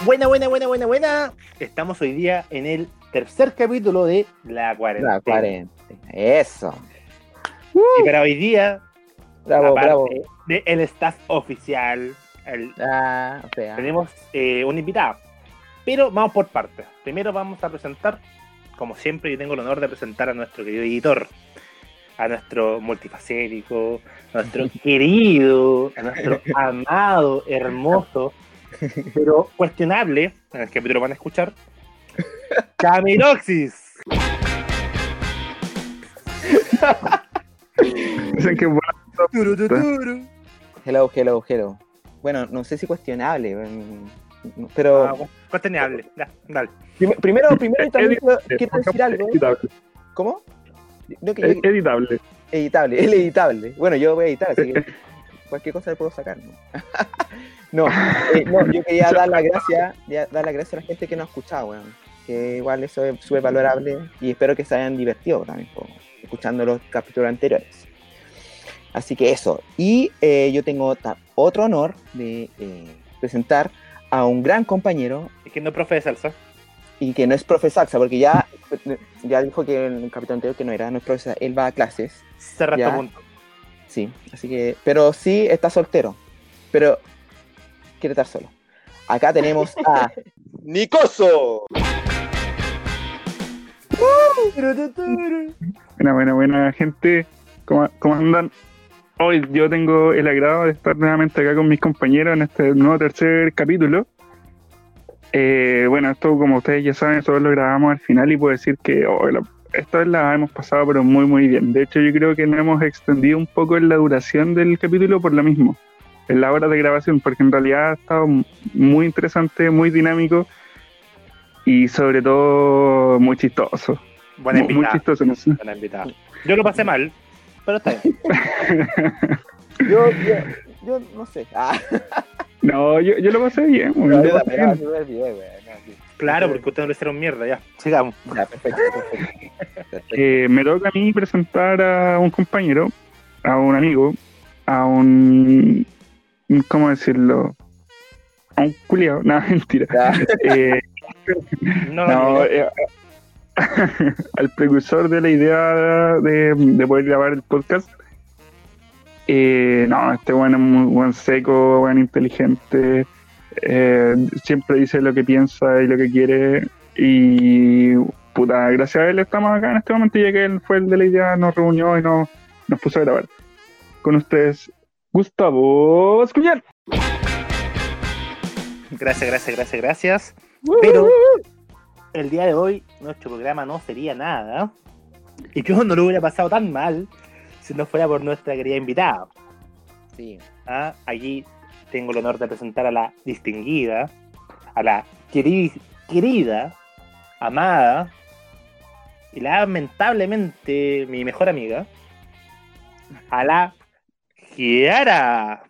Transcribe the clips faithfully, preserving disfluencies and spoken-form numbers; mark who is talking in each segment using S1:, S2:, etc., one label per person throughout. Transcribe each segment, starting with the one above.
S1: Buena, buena, buena, buena, buena. Estamos hoy día en el tercer capítulo de La Cuarentena.
S2: La Cuarentena, eso.
S1: Y para hoy día,
S2: Bravo,
S1: aparte
S2: bravo.
S1: de el staff oficial, el-
S2: Ah, o sea.
S1: tenemos eh, un invitado. Pero vamos por partes. Primero vamos a presentar, como siempre, yo tengo el honor de presentar a nuestro querido editor, a nuestro multifacético, a nuestro querido, a nuestro amado, hermoso, pero cuestionable, en el capítulo van a escuchar, Camiroxis.
S3: Dicen que bueno,
S1: Turu, tu, turu.
S2: Hello, hello, hello. Bueno, no sé si cuestionable, mm, pero
S1: Ah, cuestionable, ya, dale.
S2: prim- primero, primero también quiero, quiero decir algo.
S3: editable.
S2: ¿Cómo? No, que
S3: Ed-
S2: yo-
S3: editable.
S2: editable, el editable. Bueno, yo voy a editar, así que cualquier cosa le puedo sacar, ¿no? no, eh, no, yo quería dar las gracias, ya- dar las gracias a la gente que nos ha escuchado, weón. Que igual eso es súper valorable y espero que se hayan divertido también, po, escuchando los capítulos anteriores. Así que eso. Y eh, yo tengo ta- otro honor de eh, presentar a un gran compañero
S1: Es que no es profe de salsa.
S2: y que no es profe Saxa, porque ya, ya dijo que en el capítulo anterior que no era, no es profe Saxa, él va a clases.
S1: Cerra
S2: Ya.
S1: este punto.
S2: Sí, así que, pero sí está soltero, pero quiere estar solo. Acá tenemos a Nicoso.
S3: Buena, buena, buena gente. ¿Cómo, cómo andan? Hoy yo tengo el agrado de estar nuevamente acá con mis compañeros en este nuevo tercer capítulo. Eh, bueno, esto como ustedes ya saben, nosotros lo grabamos al final y puedo decir que oh, la- esta vez la hemos pasado pero muy muy bien. De hecho yo creo que nos hemos extendido un poco en la duración del capítulo por lo mismo, en la hora de grabación, porque en realidad ha estado muy interesante, muy dinámico y sobre todo muy chistoso.
S1: Buena
S3: Muy, muy
S1: invitada.
S3: chistoso, no sé.
S1: Buena invitada. Yo lo pasé mal, pero está bien.
S2: Yo, yo, yo no sé. Ah,
S3: No, yo, yo lo pasé bien, muy
S2: no,
S3: bien,
S2: yo
S3: lo
S2: la
S3: pasé
S2: pegaba
S3: bien.
S2: súper bien, güey. No, sí.
S1: Claro, porque ustedes no le hicieron mierda, ya. Sigamos.
S2: Ya, perfecto, perfecto. Perfecto.
S3: Eh, me toca a mí presentar a un compañero, a un amigo, a un... ¿Cómo decirlo? A un culiao. No, mentira.
S2: Ya.
S3: Eh,
S1: No,
S3: no,
S1: no,
S3: eh, al precursor de la idea de, de poder grabar el podcast. Eh, no, este bueno es muy buen seco, buen inteligente. Eh, siempre dice lo que piensa y lo que quiere. Y puta, gracias a él estamos acá en este momento, ya que él fue el de la idea, nos reunió y nos, nos puso a grabar. Con ustedes, Gustavo Escuñar.
S1: Gracias, gracias, gracias, gracias. Pero el día de hoy nuestro programa no sería nada. Y yo no lo hubiera pasado tan mal si no fuera por nuestra querida invitada.
S2: Sí.
S1: ¿Ah? Aquí tengo el honor de presentar a la distinguida, a la querida, querida, amada y lamentablemente mi mejor amiga, a la Kiara.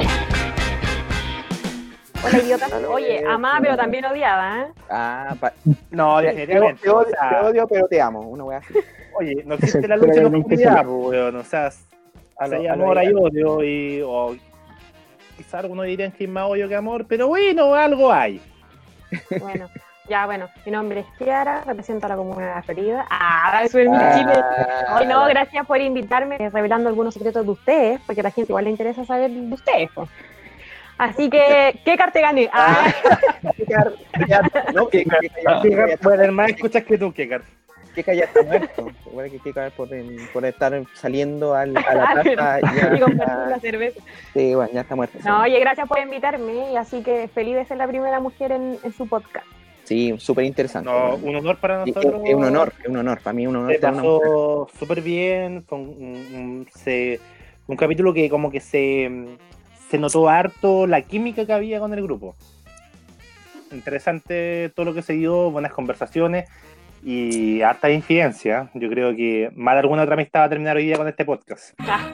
S4: Hola, idiota. Oye, amada pero también odiada, ¿eh?
S2: Ah, pa-
S1: No,
S2: te, te,
S1: definitivamente.
S2: te
S1: o
S2: odio,
S1: sea,
S2: te odio, pero te amo. Una wea así.
S1: Oye, no existe la lucha en la oscuridad, pues, weón. O sea,
S2: A lo-
S1: hay
S2: a lo
S1: amor, hay
S2: legal.
S1: odio, y o quizás algunos dirían que hay más odio que amor, pero bueno, algo hay.
S4: Bueno, ya, bueno. Mi nombre es Kiara, represento a la comuna de La Florida. Ah, eso es mi
S2: Ah,
S4: chile. Hoy no, gracias por invitarme, eh, revelando algunos secretos de ustedes, porque a la gente igual le interesa saber de ustedes, pues. Así que, ¿qué carta gané? Ah,
S2: Kekar, Kekar, no, que que- que-
S1: Kekar
S2: que-
S1: puede tener más escuchas que tú, Kekar.
S2: Kekar ya está muerto. Igual que Kekar por, el- por estar saliendo al, a la
S4: Ah,
S2: plaza.
S4: y compartir
S2: Ya,
S4: la cerveza.
S2: sí, bueno, ya está muerto.
S4: No, oye, gracias por invitarme, y así que feliz de ser la primera mujer en, en su podcast.
S2: Sí, súper interesante.
S1: No,
S2: bueno.
S1: un honor para
S2: Y es,
S1: nosotros.
S2: es un honor, es un honor. Para mí es un honor
S1: Se
S2: tener una mujer.
S1: pasó súper bien. Fue un, un- un- se- un capítulo que como que se, se notó harto la química que había con el grupo. Interesante todo lo que se dio, buenas conversaciones y harta infidencia. Yo creo que más de alguna otra amistad va a terminar hoy día con este podcast.
S4: Ah,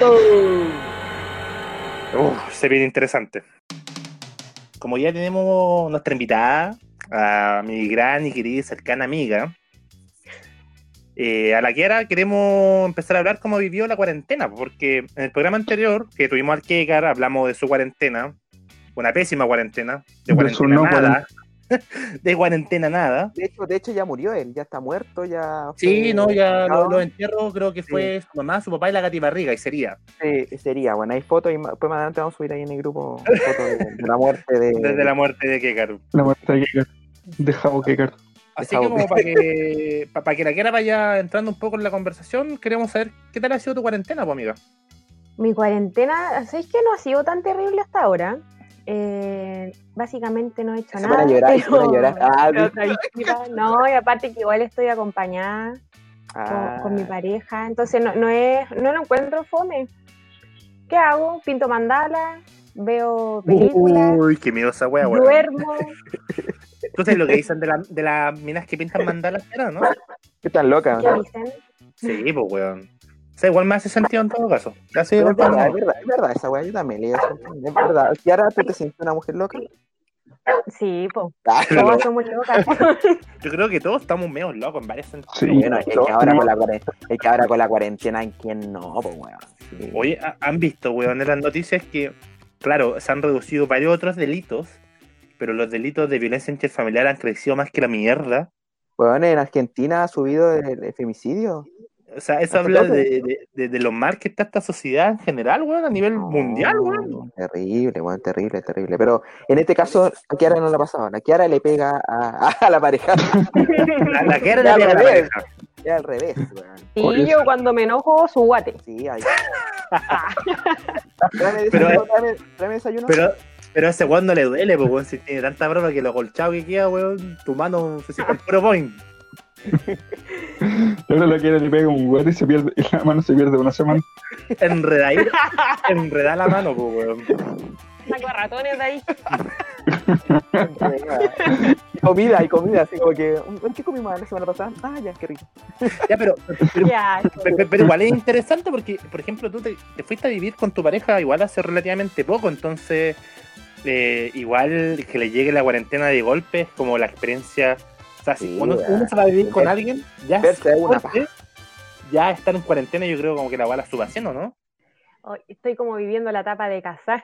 S1: Uf, se viene interesante. Como ya tenemos nuestra invitada, a mi gran y querida y cercana amiga, eh, a la Kiara, queremos empezar a hablar cómo vivió la cuarentena, porque en el programa anterior que tuvimos al Kekar hablamos de su cuarentena, una pésima cuarentena, de
S3: De
S1: cuarentena
S3: su no
S1: nada, de cuarentena nada.
S2: De hecho, de hecho ya murió él, ya está muerto, ya.
S1: Sí,
S2: fue
S1: no, ya lo,
S2: sacado.
S1: lo entierro, creo que fue
S2: Sí.
S1: su mamá, su papá y la Gati Barriga, y sería.
S2: Sí, sería, bueno, hay fotos y ma- después más adelante vamos a subir ahí en el grupo fotos de, de la muerte de.
S1: Desde la muerte de Kekaru.
S3: La muerte de Kekar. De Jabo Kekar.
S1: Así
S2: Dejado
S1: que como para que, para que la quiera vaya entrando un poco en la conversación, queremos saber qué tal ha sido tu cuarentena, pues amiga.
S4: Mi cuarentena, ¿sabéis que no ha sido tan terrible hasta ahora? Eh, básicamente no he hecho
S2: Se
S4: nada.
S2: pone a llorar, se pone a llorar. Ah,
S4: pero
S2: sí.
S4: tranquila. No, y aparte que igual estoy acompañada con,
S2: Ah,
S4: con mi pareja, entonces no, no, es, no lo encuentro fome. ¿Qué hago? Pinto mandala, veo películas,
S1: Uy, qué miedo esa wea, weón.
S4: duermo.
S1: ¿Tú sabes lo que dicen de, la, de las minas que pintan mandalas, era, no?
S2: qué tan loca.
S4: ¿Qué
S2: ¿No?
S4: dicen?
S1: Sí, pues weón. O sea, igual me hace sentido en todo caso. Casi
S2: Pero
S1: igual
S2: es verdad,
S1: para
S2: es verdad, es verdad, esa weá yo también leí eso. Es verdad. ¿Y ahora tú te sientes una mujer loca?
S4: Sí, pues,
S2: Ah,
S1: Pero
S4: todos
S1: lo-
S4: somos locas.
S1: Yo creo que todos estamos medio locos en varios sentidos.
S3: Sí.
S2: bueno, es que
S3: todos
S2: ahora
S3: tenemos-
S2: con la cuarentena, es que ahora con la cuarentena, ¿en quién no? Pues weón. Sí.
S1: Oye, ¿ha- ¿han visto, weón, en las noticias que, claro, se han reducido varios otros delitos, pero los delitos de violencia intrafamiliar han crecido más que la mierda?
S2: Weón, en Argentina ha subido el, el femicidio.
S1: O sea, eso
S2: Hace
S1: habla
S2: poco.
S1: de, de, de- de lo mal que está esta sociedad en general, weón, a nivel mundial, weón.
S2: Terrible, weón, terrible, terrible. Pero en este caso, a Kiara no le ha pasado. La Kiara le pega a, a la pareja.
S1: La, la que era
S2: Ya
S1: la
S2: al
S1: pega a la
S2: revés.
S1: pareja.
S2: Es al revés, weón.
S4: Sí, yo cuando me enojo, su guate.
S2: Sí, ahí. Tráeme
S1: Pero-
S2: desayuno, tráeme, tráeme desayuno.
S1: Pero, pero a ese weón no le duele, pues, weón, si tiene tanta broma que lo colchado que queda, weón, tu mano se siente el puro point.
S3: Luego la quiere le pega un guate y se pierde, y la mano se pierde una semana.
S1: Enredar, enredar la mano, pues, weón.
S4: Saco ratones de ahí.
S2: Y comida, y comida, así como que. ¿Qué comimos la semana pasada? Ah, ya, qué rico.
S1: Ya, pero, pero,
S4: Ya,
S1: pero, pero igual es interesante porque, por ejemplo, tú te, te fuiste a vivir con tu pareja igual hace relativamente poco, entonces eh, igual que le llegue la cuarentena de golpe es como la experiencia. O sea, si
S2: Sí,
S1: uno,
S2: weón.
S1: uno se va a vivir con alguien, ya,
S2: Verse es una
S1: fuerte, ya estar en cuarentena, yo creo como que la bala suba haciendo, ¿no?
S4: Hoy estoy como viviendo la etapa de casar.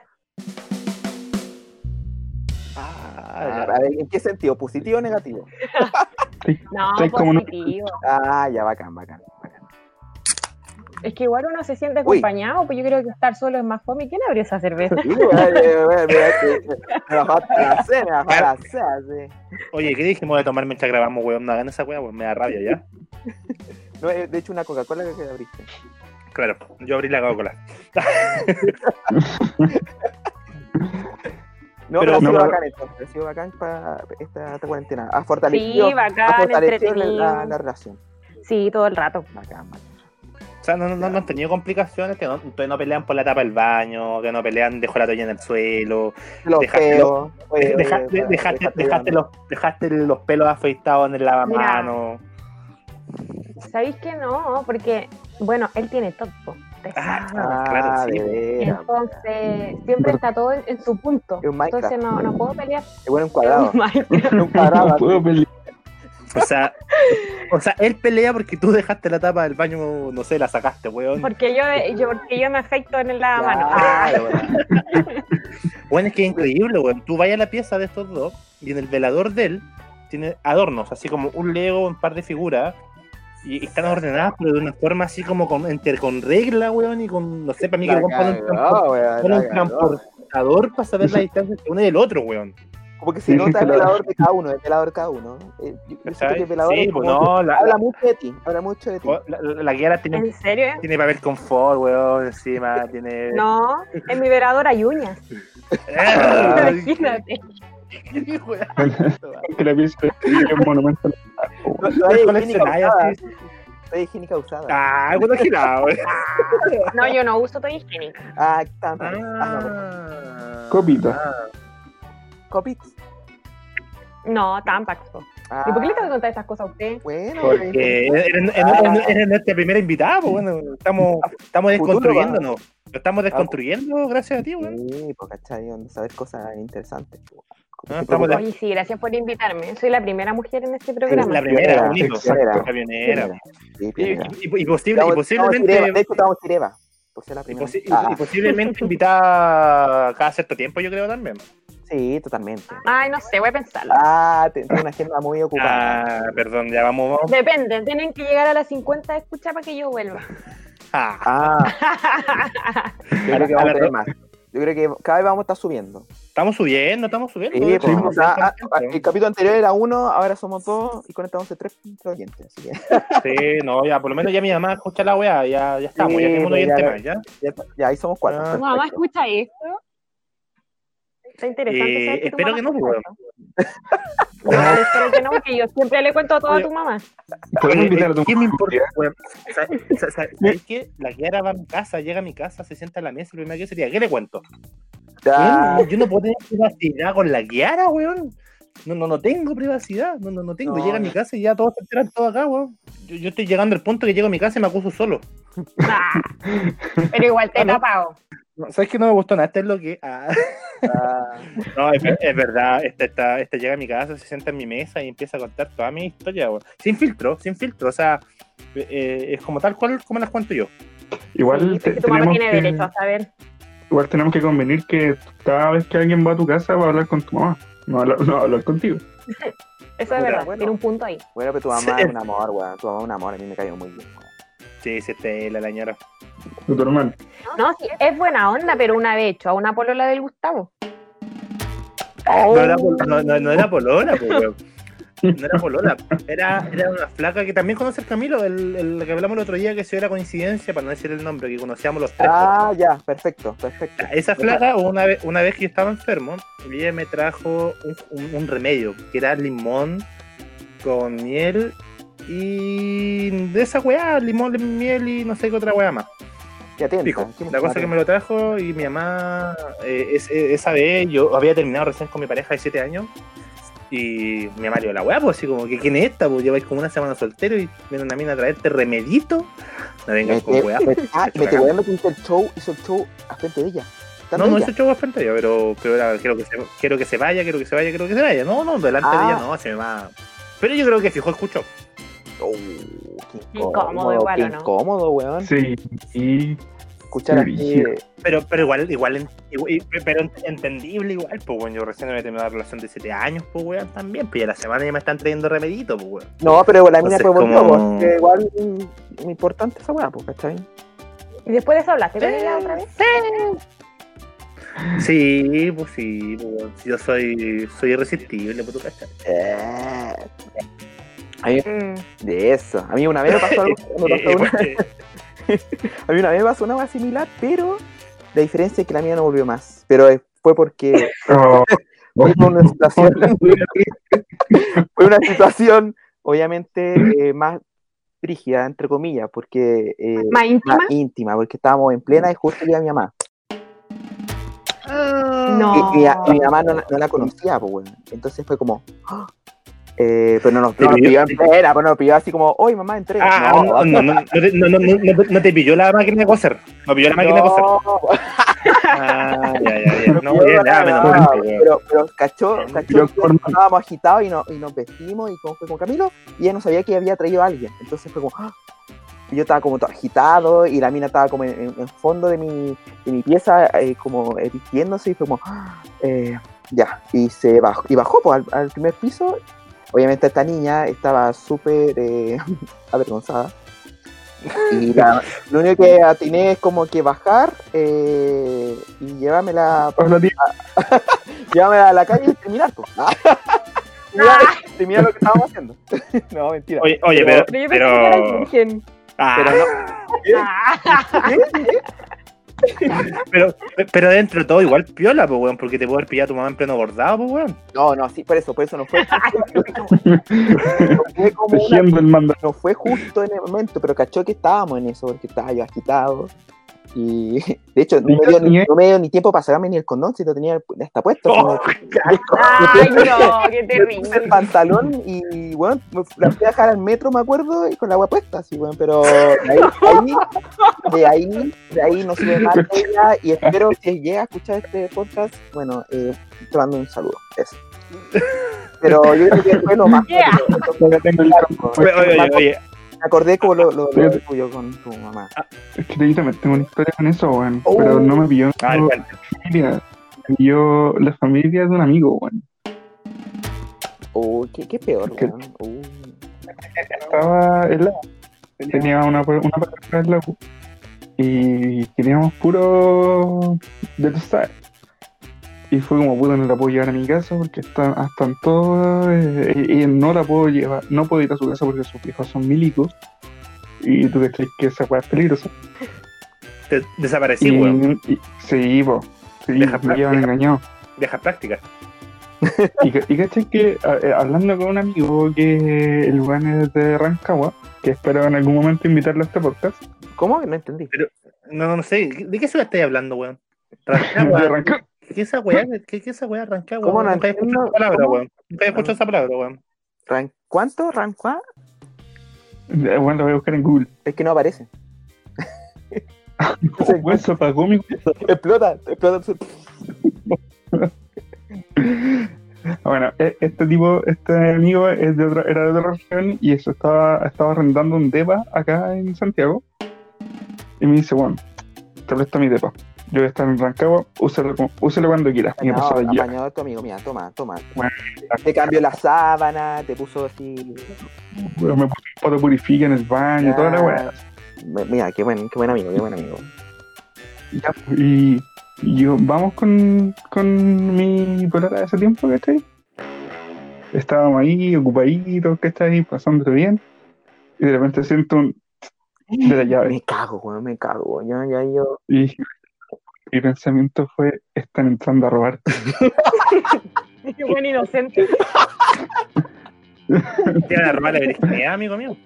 S2: Ah, a ver, ¿en qué sentido? ¿Positivo o negativo?
S3: Sí.
S4: No,
S3: Estoy como no-
S4: positivo.
S2: Ah, ya, bacán, bacán. bacán.
S4: Es que igual uno se siente
S2: Uy.
S4: acompañado, pues yo creo que estar solo es más fome. ¿Quién abrió esa cerveza?
S2: Sí, weón, eh, weón, mira, que- me bajó hasta la C, me bajó la C, así.
S1: Oye, ¿qué dijimos de tomar mientras grabamos, weón? No hagan esa weá, weón, me da rabia ya.
S2: No, eh, de hecho, una Coca-Cola que que abriste.
S1: Claro, yo abrí la Coca-Cola.
S2: No,
S1: Pero-
S2: pero, ha sido
S3: no, pero-
S2: bacán entonces, ha sido bacán para esta, esta cuarentena. Ha fortalecido,
S4: Sí,
S2: ha
S4: bacán,
S2: fortalecido la,
S4: entretenido.
S2: la, la relación.
S4: Sí, todo el rato.
S2: Bacán, bacán.
S1: O sea, no, no, no han tenido complicaciones, que no, que no pelean por la tapa del baño, que no pelean dejo la toalla en el suelo,
S2: Los
S1: Dejaste
S2: peos. oye, oye,
S1: deja-
S2: oye,
S1: de- dejaste,
S2: dejaste
S1: dejaste
S2: grande.
S1: los, dejaste los pelos afeitados en el lavamanos.
S4: ¿Sabéis que no? Porque, bueno, él tiene todo. Usted
S1: Ah,
S4: sabe.
S2: Ah,
S1: claro, sí.
S2: de veras.
S4: Entonces, siempre está todo en, en su punto.
S2: Es un Minecraft.
S4: Entonces, no, no puedo pelear.
S2: Es bueno un cuadrado.
S4: Es un Minecraft.
S2: Es un cuadrado.
S3: No
S2: así.
S3: puedo pelear.
S1: O sea, o sea, él pelea porque tú dejaste la tapa del baño, no sé, la sacaste, weón.
S4: Porque yo, yo, porque yo me afecto en el lavamanos. Ah,
S2: Claro, weón.
S1: Bueno, es que es increíble, weón. Tú vayas a la pieza de estos dos y en el velador de él tiene adornos, así como un Lego, un par de figuras. Y y están ordenadas, pero de una forma así como con, entre, con regla, weón, y con, no sé, para mí que
S2: La
S1: el weón pone un,
S2: cagó,
S1: transpor-
S2: weón,
S1: pone
S2: la
S1: un
S2: cagó.
S1: transportador para saber la distancia entre uno y el otro, weón.
S2: Como que se nota el velador de cada uno, el velador de cada uno. Eh, yo- yo siento
S1: ¿Cachai?
S2: que el velador
S1: Sí,
S2: es
S1: pues
S2: como-
S1: no, la,
S2: habla
S1: la,
S2: mucho de ti, habla mucho de ti.
S1: la, la, la guía tiene,
S4: ¿En serio?
S1: tiene papel confort, weón, encima, tiene...
S4: No, en mi velador hay uñas.
S1: Ah,
S4: Imagínate.
S1: qué weón.
S3: Que la pieza es un monumento.
S2: No- no hay
S1: Con
S2: higiénica
S1: escenario
S2: usada,
S1: así.
S2: no hay higiénica usada.
S1: Ah, bueno, girado, weón.
S4: No, yo no uso todo higiénico.
S2: Ah, está. Ah, no,
S1: Ah.
S3: Copito.
S1: Ah.
S2: Copit.
S4: No, Tampax. po.
S2: Ah,
S4: ¿Y por qué le tengo que contar estas cosas a usted?
S2: Bueno,
S1: Porque eres, eres- eres- eres nuestra primera invitada, pues bueno, estamos, estamos
S2: Futuro,
S1: desconstruyéndonos. Lo estamos desconstruyendo gracias a ti, weón.
S2: sí, pues cachai, donde saber cosas interesantes. pues.
S1: Ah, estamos de-
S4: Oye, sí, gracias por invitarme. Soy la primera mujer en este
S1: La
S4: programa.
S1: primera,
S2: Pionera,
S1: un hito.
S2: exacto.
S1: La pionera.
S2: Sí,
S1: Y,
S2: pionera.
S1: y- y posible- y
S2: Estamos- estamos
S1: posiblemente,
S2: Tireva, de hecho, estamos Tireva, por ser la
S1: y,
S2: primera.
S1: posi- y-
S2: Ah,
S1: y posiblemente invitada cada cierto tiempo, yo creo también.
S2: Sí, totalmente.
S4: Ay, no sé, voy a pensarlo.
S2: Ah, te- tengo una agenda muy ocupada.
S1: Ah, perdón, ya vamos, vamos.
S4: Depende, tienen que llegar a las cincuenta de escucha para que yo vuelva.
S1: Ah,
S2: Ah, yo creo que
S1: A
S2: vamos a
S1: ver,
S2: tener más. Yo creo que cada vez vamos a estar subiendo.
S1: estamos subiendo, estamos subiendo.
S2: Sí,
S1: de hecho,
S2: pues,
S1: estamos
S2: o sea,
S1: bien
S2: ah, ah, el capítulo anterior era uno, ahora somos dos y conectamos de tres oyentes. Así que
S1: contentos. Sí, no, ya, por lo menos ya mi mamá escucha la weá, ya, ya estamos,
S2: Sí,
S1: ya tenemos un
S2: pues,
S1: oyente
S2: ya-
S1: más, ¿ya?
S2: ya, ya ahí somos cuatro.
S1: Ah.
S2: perfecto.
S4: Mamá, escucha esto. Está interesante
S1: Eh,
S4: saber que tu
S1: espero
S4: mamá
S1: que no,
S4: escucha
S1: weón.
S4: esto. No, espero que no, porque yo siempre le cuento todo a tu mamá.
S3: Podemos invitar a tu
S1: ¿Qué me
S3: mamá,
S1: importa,
S3: ¿ya?
S1: weón? ¿Sabes sa- sa- ¿sabes qué? La Kiara va a mi casa, llega a mi casa, se sienta en la mesa, lo primero que sería, ¿qué le cuento?
S2: Ya,
S1: Weón, yo no puedo tener privacidad con la Kiara, weón. No, no, no tengo privacidad, no, no, no tengo.
S2: No,
S1: Llega a mi
S2: no.
S1: casa y ya todos se enteran todo acá, weón. Yo, yo estoy llegando al punto que llego a mi casa y me acuso solo.
S4: Ah, pero igual te he
S1: Ah, ¿no?
S4: tapado.
S1: No, ¿sabes qué? No me gustó nada, este es lo que... ah.
S2: ah,
S1: No, es, ver- es verdad, este, está, este llega a mi casa, se sienta en mi mesa y empieza a contar toda mi historia, weón. Sin filtro, sin filtro, o sea, eh, es como tal cual como las cuento yo.
S3: Igual
S4: Sí,
S3: te-
S4: es que tu mamá
S3: tenemos
S4: tiene
S3: que,
S4: derecho a saber.
S3: igual tenemos que convenir que cada vez que alguien va a tu casa va a hablar con tu mamá, no va a hablar, no va a hablar contigo.
S4: Eso es
S2: Puta,
S4: verdad,
S2: bueno.
S4: tiene un punto ahí.
S2: bueno, pero tu mamá
S1: Sí.
S2: es un amor, weón. Tu mamá es un amor, a mí me cayó muy bien, weón.
S1: Sí, sí, este es la lañora.
S3: Tu hermano.
S4: No, sí, es buena onda, pero una vez hecho a una polola del Gustavo.
S1: No era, pol- no, no, no era polola, pues, weón. No era polola, era, era una flaca que también conoce el Camilo, el, el que hablamos el otro día, que si era coincidencia, para no decir el nombre, que conocíamos los tres.
S2: Ah, ya, perfecto, perfecto.
S1: Ya, esa flaca, una vez, una vez que yo estaba enfermo, ella me trajo un, un- un remedio, que era limón con miel y de esa weá, limón, miel y no sé qué otra weá más.
S2: Qué atenta.
S1: Pico.
S2: qué
S1: La cosa que me lo trajo y mi mamá, eh, es- eh, esa vez yo había terminado recién con mi pareja de siete años y mi mamá le dio la weá, pues así como que quién es esta, pues lleváis como una semana soltero y viene una mina a traerte remedito. No vengas con
S2: Mete,
S1: weá.
S2: mete, ah,
S1: Estoy
S2: mete
S1: cagando.
S2: weón, hizo el show, hizo el show a frente de ella. Estando
S1: No, no
S2: ella.
S1: hizo show a frente de ella, pero, pero era, quiero, que se, quiero que se vaya, quiero que se vaya, quiero que se vaya. No, no, delante de
S2: Ah.
S1: ella no, se me va. Pero yo creo que fijo escuchó.
S2: Oh, qué
S4: Incómodo igual,
S2: qué
S4: ¿o no?
S2: incómodo, weón.
S3: Sí, y
S2: Escuchar así.
S3: Brígido.
S1: Pero, pero igual, igual, en- igual- pero entendible igual, pues bueno, yo recién me terminé una relación de siete años, pues weón, también, pues y a la semana ya me están trayendo remedito, pues weón.
S2: No, pero la mina
S1: Entonces,
S2: pues volvió,
S1: como-
S2: pues, que igual mm, muy importante esa weá, pues, ¿cachai?
S4: Y después de eso hablaste con ella otra vez.
S1: Sí, pues sí, pues weón, si yo soy, soy irresistible, pues tú cachai.
S2: Eh, a mí,
S4: Mm.
S2: de eso. A mí una vez me pasó algo. me pasó
S1: Eh,
S2: una-
S1: eh,
S2: a mí una vez me pasó una weá similar, pero la diferencia es que la mía no volvió más. Pero eh, fue porque
S3: oh,
S2: fue una situación, fue una situación obviamente eh, más rígida, entre comillas, porque eh,
S4: ¿Más íntima?
S2: más íntima, porque estábamos en plena y justo llega mi mamá.
S4: No.
S2: Y, y a- y mi mamá no, la- no la conocía, pues, weón. Entonces fue como. ¡ah! Eh, pero no nos, no nos
S1: Te
S2: pilló en plena, pues nos pilló así como, oye mamá, entré.
S1: Ah, no, no, no, no, te- no, no, no, no- no te pilló la máquina de coser. No pilló la máquina de coser.
S2: no,
S1: Ah, ya, ya, ya. No,
S2: pilló
S1: bien,
S2: para
S1: ya, menos
S2: nada,
S1: mal, pues, weón.
S2: pero, pero cachó, cachó
S3: Pilló
S2: que
S3: por-
S2: estábamos agitados y, no, y nos vestimos y como fue con Camilo y ella no sabía que había traído a alguien. Entonces fue como, ¡ah! Y yo estaba como todo agitado y la mina estaba como en, en, en fondo de mi, de mi pieza, eh, como eh, vistiéndose y fue como, ¡ah! eh, ya, y se bajó, y bajó pues, al, al primer piso. Obviamente esta niña estaba súper eh, avergonzada. Y la- lo único que atiné es como que bajar eh, y llevármela,
S3: Hola, tío.
S2: llevármela a la calle y terminar. Pues. terminar, terminar lo que estábamos haciendo. No, mentira.
S1: Oye, oye, pero.
S4: Pero yo pensé que era
S1: Pero,
S4: virgen.
S1: ah,
S2: Pero no.
S4: Ah.
S2: ¿Qué? ¿Qué?
S1: pero, pero dentro de todo, igual piola, pues, weón, porque te puede haber pillado a tu mamá en pleno bordado, pues, weón.
S2: No, no, sí, por eso, por eso no fue. No fue como una
S3: Tejiendo el mando.
S2: no fue justo en el momento, pero cachó que estábamos en eso, porque estaba yo agitado. Y de hecho, no me dio ni, no me dio ni tiempo para sacarme ni el condón, si lo tenía ya está puesto.
S1: Oh,
S4: Ay, no, qué
S2: Me puse el
S4: terrible.
S2: pantalón y, bueno, me la fui a dejar al metro, me acuerdo, y con la agua puesta, así, bueno, pero de ahí, de ahí, de ahí, de ahí no supe más de ella, y espero si llega a escuchar este podcast, bueno, eh, te mando un saludo, eso. Pero yo creo que fue lo más...
S4: Yeah.
S3: Todavía tengo el campo.
S1: Oye, oye, oye,
S2: Me acordé como lo, lo, lo tuyo con tu mamá.
S3: Es que yo también tengo una historia con eso, weón.
S2: Oh.
S3: Pero no me pilló
S1: a ver,
S3: en
S1: cuenta.
S3: familia. yo la familia de un amigo, weón.
S2: Oh, qué, qué peor,
S3: ¿Qué?
S2: weón. Uh.
S3: Estaba en la tenía una, una pareja en la U y queríamos puro de tu sabes. Y fue como, puta, no la puedo llevar a mi casa porque están, están todos eh, y no la puedo llevar, no puedo ir a su casa porque sus hijos son milicos y tú crees que esa weá es peligrosa.
S1: Te desaparecí,
S3: Y,
S1: weón.
S3: y, sí, po, sí,
S1: Deja
S3: me llevan
S1: deja-
S3: engañado.
S1: Deja práctica.
S3: Y, ca- y caché que, a- eh, hablando con un amigo que el weón es de Rancagua, que espero en algún momento invitarlo a este podcast,
S2: ¿Cómo? No entendí.
S1: No, no, no sé. ¿De qué ciudad estáis hablando, weón?
S3: de
S1: Rancagua.
S3: Rancagua,
S1: ¿Qué es esa weá? ¿Qué, qué es esa weá? Rancagua.
S2: ¿Cómo no
S1: Nunca he escuchado
S2: entiendo?
S1: esa palabra,
S2: ¿Cómo?
S1: weón. Nunca he escuchado esa palabra, weón.
S2: Ran- ¿Cuánto? ¿Rancuá?
S3: eh, bueno, lo voy a buscar en Google.
S2: Es que no aparece.
S3: Weón, se apagó mi
S2: Explota, explota.
S3: Bueno, e- este tipo, este amigo es de otra, era de otra región y eso estaba, estaba arrendando un depa acá en Santiago. Y me dice, bueno, te presto mi depa. Yo voy a estar en Rancagua, úsalo, cu- úsalo cuando quieras. Y me pasó
S2: Apañado,
S3: allá.
S2: apañado tu amigo, mira, toma, toma.
S3: Bueno.
S2: Te cambió la sábana, te puso así.
S3: Bueno, me puse un poto purifica en el baño, toda la weá.
S2: Me- Mira, qué buen, qué buen amigo, qué buen amigo.
S3: Ya, Y, y yo, vamos con, con mi polola de ese tiempo, ¿cachai? Estábamos ahí, ocupaditos, ¿cachai? Pasándolo bien. Y de repente siento un de la llave.
S2: Me cago, weón, me cago. Ya, ya, yo.
S3: Y mi pensamiento fue, están entrando a robar.
S4: Qué buen inocente.
S1: Te van a robar la virginidad, amigo mío.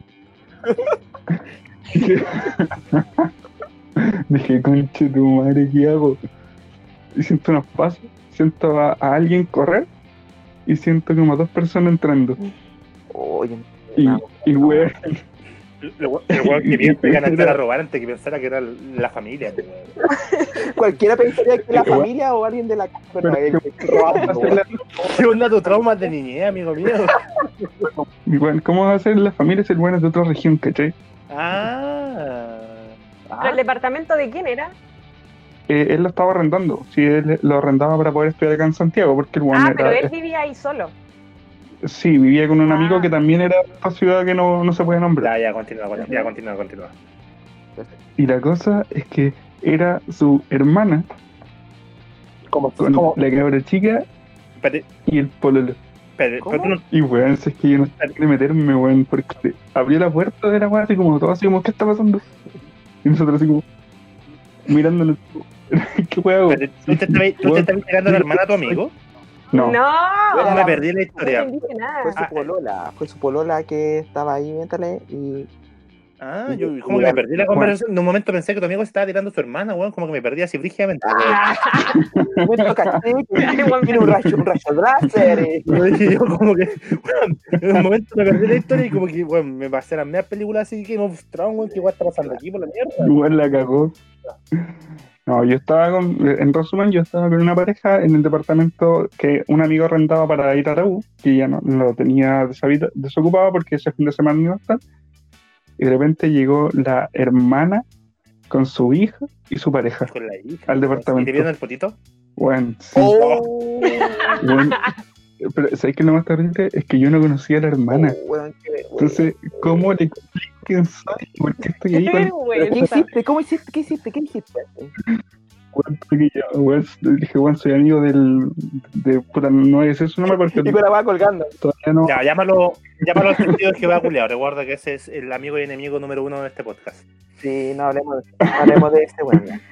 S3: Dije, conche tu madre, ¿qué hago? Y siento unos pasos, siento a, a alguien correr y siento como a dos personas entrando.
S2: Oye,
S3: Y, y weón,
S1: El weón que piensa que van a entrar a robar antes que pensara que era la familia. weón.
S2: cualquiera pensaría que la
S3: Pero,
S2: familia o alguien de la casa, pero
S3: pero
S2: él
S3: que-
S2: está robando, weón.
S1: ¿Qué onda tu trauma de niñez, amigo mío?
S3: y weón, ¿cómo va a ser la familia si el weón es de otra región, cachai?
S1: Ah.
S4: ¿Pero el departamento de quién era?
S3: Eh, él lo estaba arrendando, sí, él lo arrendaba para poder estudiar acá en Santiago, porque el weón
S4: Ah,
S3: era,
S4: pero él vivía ahí solo.
S3: sí, vivía con un
S4: Ah.
S3: amigo que también era de esta ciudad que no, no se puede nombrar.
S1: Ya, ya, continúa, continúa, ya, continúa, continúa.
S3: Y la cosa es que era su hermana
S1: ¿Cómo?
S3: con
S1: ¿Cómo?
S3: la cabra chica
S1: Espérate,
S3: y el pololo.
S1: espérate,
S2: ¿Cómo?
S1: pero tú no-
S3: Y weón, si es que yo no sabía de meterme, weón, porque abrió la puerta de la weá así como todo así como, ¿qué está pasando? Y nosotros así como mirándonos, ¿qué weá hago?
S1: espérate, ¿tú te estabas tú te estabas pegando a la hermana a tu amigo?
S3: No,
S4: No.
S1: No, me
S2: la-
S1: perdí la
S4: No
S1: historia.
S4: entendiste nada.
S2: Fue su
S1: Ah,
S2: polola, fue su polola que estaba ahí, métale, y
S1: Ah, yo como que me perdí la
S3: Bueno.
S1: conversación. En un momento pensé que tu amigo se estaba tirando a su hermana, weón, como que me perdí así brígidamente.
S2: Ah, momento caché que
S4: Igual
S2: tiene un rayo, un rayo láser. eh.
S1: Yo dije yo como que, weón, en un momento me perdí la historia y como que, weón, me pasé las medias películas así que no Thrones, weón, ¿qué weón está pasando aquí por la mierda?
S3: igual la cagó. No, yo estaba con, en resumen, yo estaba con una pareja en el departamento que un amigo arrendaba para ir a la U, que ya no lo tenía deshabita- desocupado porque ese fin de semana no iba a estar. Y de repente llegó la hermana con su hija y su pareja
S1: Con la hija.
S3: al
S1: ¿Y
S3: departamento.
S1: te vieron el potito?
S3: Bueno, sí,
S2: Oh,
S3: bueno. Pero ¿sabes qué es lo más terrible? Es que yo no conocía a la hermana.
S2: oh, weón, qué vergüenza.
S3: Entonces, ¿cómo le explico quién soy? ¿Por qué estoy ahí
S4: Qué
S3: con
S2: ¿Pero qué
S4: vergüenza.
S2: hiciste? ¿Cómo hiciste? ¿Qué hiciste? ¿Qué hiciste?
S3: Juan? Porque yo, weón, le dije, Juan, soy amigo del. De, puta, no voy a decir su nombre porque
S2: Y con la va colgando.
S3: todavía no.
S1: Ya, llámalo, llámalo al sentido que va culiado. Recuerda que ese es el amigo y enemigo número uno de este podcast.
S2: Sí, no hablemos de, no hablemos de ese, weón. ya.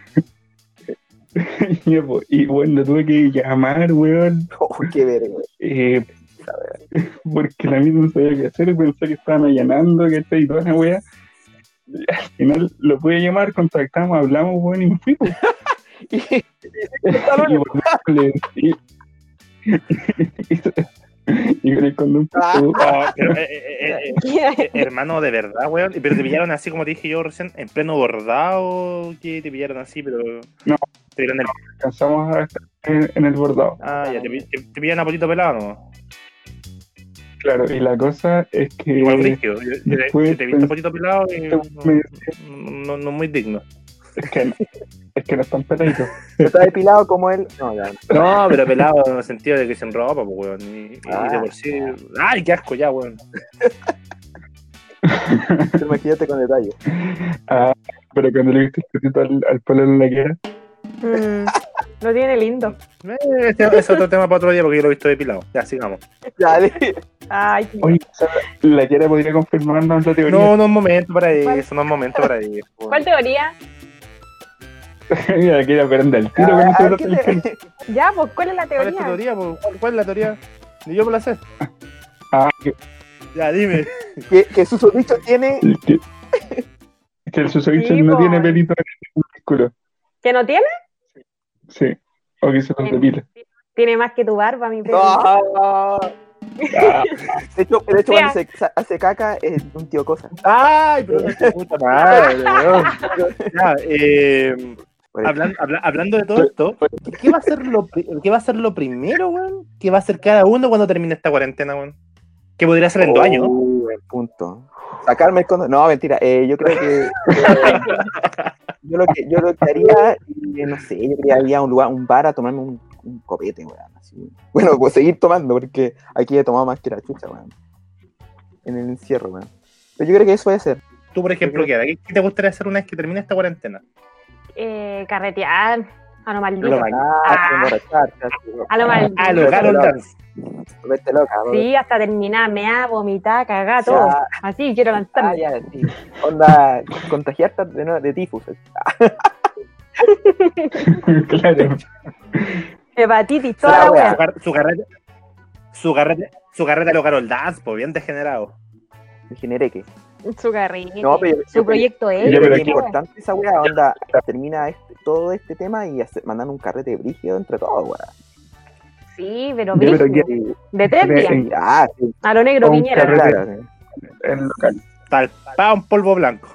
S3: y, pues, y bueno, le tuve que llamar, weón,
S2: Oh, qué vergüenza.
S3: eh, porque la misma no sabía qué hacer, pensé que estaban allanando, que está y toda la wea. Y al final lo pude llamar, contactamos, hablamos, weón, y me fui, pues.
S2: Y-
S3: y, volví, y, y con el condón puesto,
S1: No, pero, eh, eh, eh, eh, hermano, de verdad, weón. Pero te pillaron así como te dije yo recién, en pleno bordado, que te pillaron así, pero.
S3: No.
S1: Te pillaron el.
S3: alcanzamos a estar en, en el bordado.
S1: Ah, ya, te, pi- te, te pillaron a potito pelado, ¿no?
S3: Claro, y la cosa es que
S1: Igual rígido. Yo, yo,
S3: después
S1: yo te he visto a potito pelado y.
S3: me-
S1: No, no, no muy digno.
S3: Es que, es que no están peladitos.
S2: Está depilado como él. No, ya.
S1: No, pero pelado en el sentido de que sin ropa, pues, weón. Y, y
S2: Ah,
S1: de por sí. ¡Ay, qué asco ya, weón!
S2: Imagínate con detalle.
S3: Ah, pero cuando le viste el cosito al, al polo en la cara.
S4: Mm, lo tiene lindo.
S1: Eh, Este es otro tema para otro día porque yo lo he visto depilado. Ya, sigamos.
S2: Dale.
S4: Ay, qué-
S3: Oye, la Kiara podría confirmarnos la teoría.
S1: No, no es momento para eso, no es momento para eso. weón.
S4: ¿Cuál teoría?
S3: Mira, la Kiara prende el tiro con
S2: Ah,
S3: este
S2: ¿qué
S3: brazo del pelo.
S2: te-
S4: Ya, pues, ¿cuál es la
S1: ¿Cuál es tu
S4: teoría?
S1: teoría? po? ¿Cuál, cuál es la teoría? Ni yo me la sé.
S3: Ah, que,
S1: Ya, dime.
S2: que, que su sonicho tiene.
S3: que, que el susodicho
S4: Sí,
S3: no
S4: po.
S3: tiene pelito en el músculo.
S4: ¿Que no tiene?
S3: Sí. O que se los depila.
S4: Tiene más que tu barba, mi perro.
S2: Ah. De hecho, de hecho cuando se sa- hace caca es un tío cosa.
S1: ¡Ay, pero no te puta madre, weón! Ya, eh, hablan- habla- hablando de todo esto, ¿qué va a ser lo, pri- qué va a ser lo primero, weón? ¿Qué va a hacer cada uno cuando termine esta cuarentena, weón? ¿Qué podría ser en dos años?
S2: Uh, buen punto. Sacarme el condón. No, mentira. Eh, yo creo que. eh, yo, lo que yo lo que haría, eh, no sé, yo creo que haría un lugar, un bar a tomarme un, un copete, weón. Así. Bueno, pues seguir tomando, porque aquí he tomado más que la chucha, weón. En el encierro, weón. Pero yo creo que eso puede ser.
S1: Tú, por ejemplo, ¿qué, ¿qué qué te gustaría hacer una vez que termine esta cuarentena?
S4: Eh, carretear. A lo maldito.
S1: Lo maldito.
S2: Ah,
S4: Ah.
S2: emborracharte, así, weón.
S4: A lo maldito.
S1: Ah, lo Carol Dance.
S2: Vete loca, weón.
S4: Sí, hasta terminar, me ha vomitar, cagar, todo.
S2: Ya.
S4: Así, quiero
S2: Ah,
S4: lanzarme.
S2: ya, sí. Onda, contagiarte de, nuevo de tifus. así.
S3: Claro.
S4: Hepatitis, toda
S2: La
S4: la
S2: wea.
S4: wea.
S1: Su, car- su carrete, su carrete, su carrete lo Carol Dance, pues bien degenerado.
S2: Me generé que.
S4: Su carrito.
S2: No, pero yo-
S4: su
S2: yo-
S4: proyecto
S3: yo
S4: es.
S3: creo
S2: Es
S3: que-
S2: importante esa weá, onda, termina este, todo este tema y hace- mandan un carrete brígido entre todos, weá.
S4: Sí, pero
S3: Yo creo
S4: brígido.
S3: que
S4: De tres días.
S3: en-
S2: Ah, sí,
S4: A lo negro
S3: un
S4: Piñera.
S3: carrete.
S2: claro. sí.
S3: en local.
S1: Talpado en polvo blanco.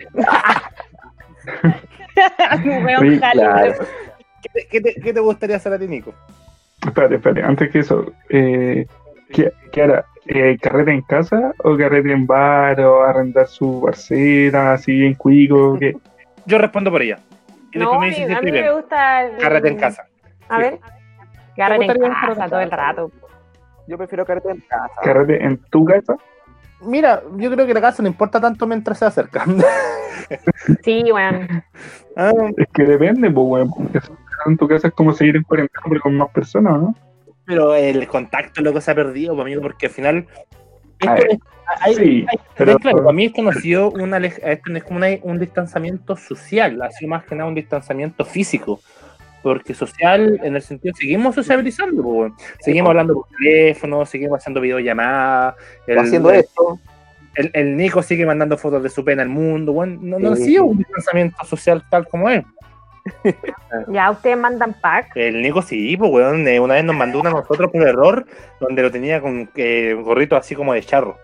S4: Un weón
S3: Sí,
S4: jale.
S2: claro.
S1: ¿Qué te, qué te- qué te gustaría hacer a ti, Nico?
S3: Espérate, espérate, antes que eso, eh, ¿qué, qué hará? Eh, ¿Carrete en casa o carrete en bar o arrendar su parcela así en cuico? ¿Qué?
S1: Yo respondo por ella. Y
S4: No,
S1: después
S4: a
S1: me
S4: mí,
S1: dices si
S4: a
S1: estoy
S4: mí me
S1: bien.
S4: gusta. el-
S1: Carrete en casa.
S4: A ver. Carrete en
S2: gustaría un
S4: casa
S2: carrete en
S4: todo el
S2: casa?
S4: rato.
S2: Yo prefiero carrete en casa.
S3: ¿Carrete en tu casa?
S1: Mira, yo creo que la casa no importa tanto mientras se acerca.
S4: Sí, weón.
S1: Ah,
S3: Es que depende, pues, weón. Porque en tu casa es como seguir en cuarentena, pero con más personas, ¿no?
S1: pero el contacto es lo que se ha perdido, pues, amigo, porque al final. Esto
S3: A ver,
S1: es, hay-
S3: sí,
S1: hay-
S3: pero-
S1: claro, para mí esto no ha sido una, lej- esto no es como una- un distanciamiento social, ha sido más que nada un distanciamiento físico. Porque social, en el sentido, seguimos sociabilizando, pues, weón. Seguimos hablando por teléfono, seguimos haciendo videollamadas. El,
S2: haciendo
S1: el,
S2: esto.
S1: el- el Nico sigue mandando fotos de su pena al mundo, weón. No, no ha
S2: Sí,
S1: sido
S2: sí.
S1: un distanciamiento social tal como es.
S4: Ya ustedes mandan pack.
S1: El Nico sí, pues, weón. eh, Una vez nos mandó una a nosotros por error, donde lo tenía con eh, un gorrito así como de charro.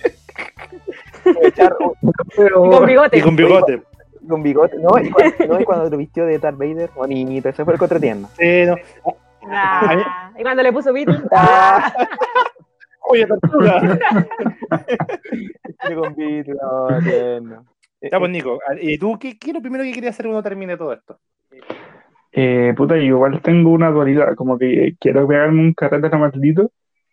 S2: Echar un-
S4: Y con bigote.
S1: Y con bigote.
S2: con bigote, ¿no? Y cuando, no, y cuando lo vistió de Darth Vader, bonito, ese fue el contratierno.
S1: Sí, no.
S4: Ah, y cuando le puso Beatles.
S2: Ah,
S1: Oye, tortuga.
S2: con Beatles, no, tierno.
S1: Ya, pues, Nico. ¿Y tú qué, qué es lo primero que querías hacer cuando termine todo esto?
S3: Eh, puta, yo igual tengo una dualidad, como que quiero pegarme un carrete a maldito,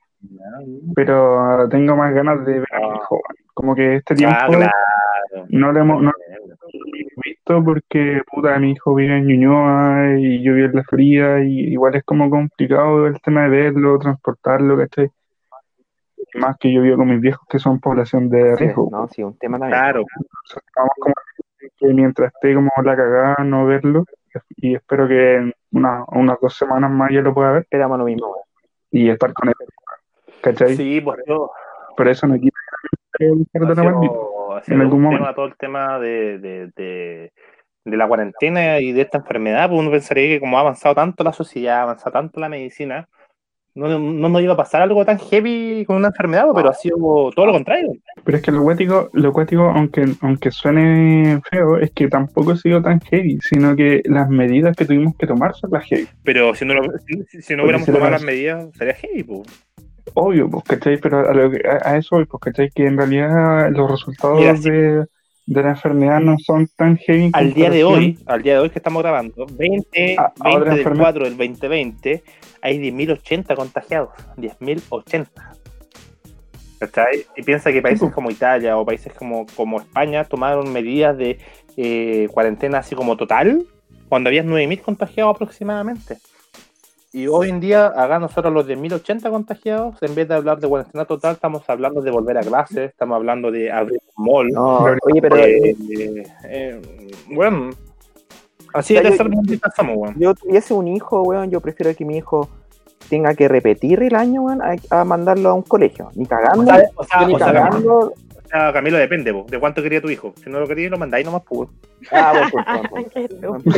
S3: pero tengo más ganas de ver a mi hijo, weón. Como que este tiempo
S1: Ah, claro.
S3: no lo hemos no lo hemos visto porque, puta, mi hijo vive en Ñuñoa y yo vivo en La Florida y igual es como complicado el tema de verlo, transportarlo, ¿cachai? Y más que yo vivo con mis viejos que son población de riesgo.
S2: No, sí, un tema también.
S1: Claro.
S3: Entonces, vamos como que mientras esté como la cagada no verlo y espero que en una, unas dos semanas más ya lo pueda ver
S2: Esperamos lo mismo, weón.
S3: y estar con él, ¿cachai?
S1: Sí, pues yo.
S3: Por eso no quita el carrete a maldito.
S1: Haciendo,
S3: en
S1: haciendo
S3: algún
S1: un
S3: momento.
S1: tema, todo el tema de, de, de, de la cuarentena y de esta enfermedad, pues uno pensaría que como ha avanzado tanto la sociedad, ha avanzado tanto la medicina, no, no nos iba a pasar algo tan heavy con una enfermedad, pero ha sido todo lo contrario.
S3: Pero es que lo cuático, lo cuático, aunque, aunque suene feo, es que tampoco ha sido tan heavy, sino que las medidas que tuvimos que tomar son las heavy.
S1: Pero si no, lo- si, si no
S3: Porque
S1: hubiéramos
S3: si lo
S1: tomado las
S3: ves-
S1: medidas, sería heavy, pues.
S3: Obvio, pues, ¿cachai? Pero a, lo que- a, a eso voy, pues, ¿cachai? Que en realidad los resultados
S1: Mira, sí.
S3: de, de la enfermedad no son tan heavy. en
S1: Al día de
S3: comparación
S1: hoy, al día de hoy que estamos grabando, veinte,
S3: a- a otra
S1: veinte del
S3: enfermedad.
S1: cuatro del veinte veinte, hay diez mil ochenta contagiados. diez mil ochenta. ¿Cachai? Y piensa que países como Italia o países como, como España tomaron medidas de eh, cuarentena así como total cuando había nueve mil contagiados aproximadamente. Y hoy en día, acá nosotros los diez mil ochenta contagiados, en vez de hablar de cuarentena total, estamos hablando de volver a clases, estamos hablando de abrir un mall.
S2: No, oye, pero
S1: Eh, eh, eh, bueno, así
S2: O sea,
S1: de
S2: yo-
S1: ser mundial estamos, weón.
S2: yo tuviese un hijo, weón, yo prefiero que mi hijo tenga que repetir el año, weón, a, a mandarlo a un colegio. Ni cagando,
S1: O sea, o sea,
S2: yo ni
S1: o sea,
S2: cagando.
S1: o sea, Camilo, depende, po, de cuánto quería tu hijo. Si no lo querías, lo mandáis nomás, pues.
S2: Ah, bueno, pues, bueno, pues.
S4: Qué estúpido.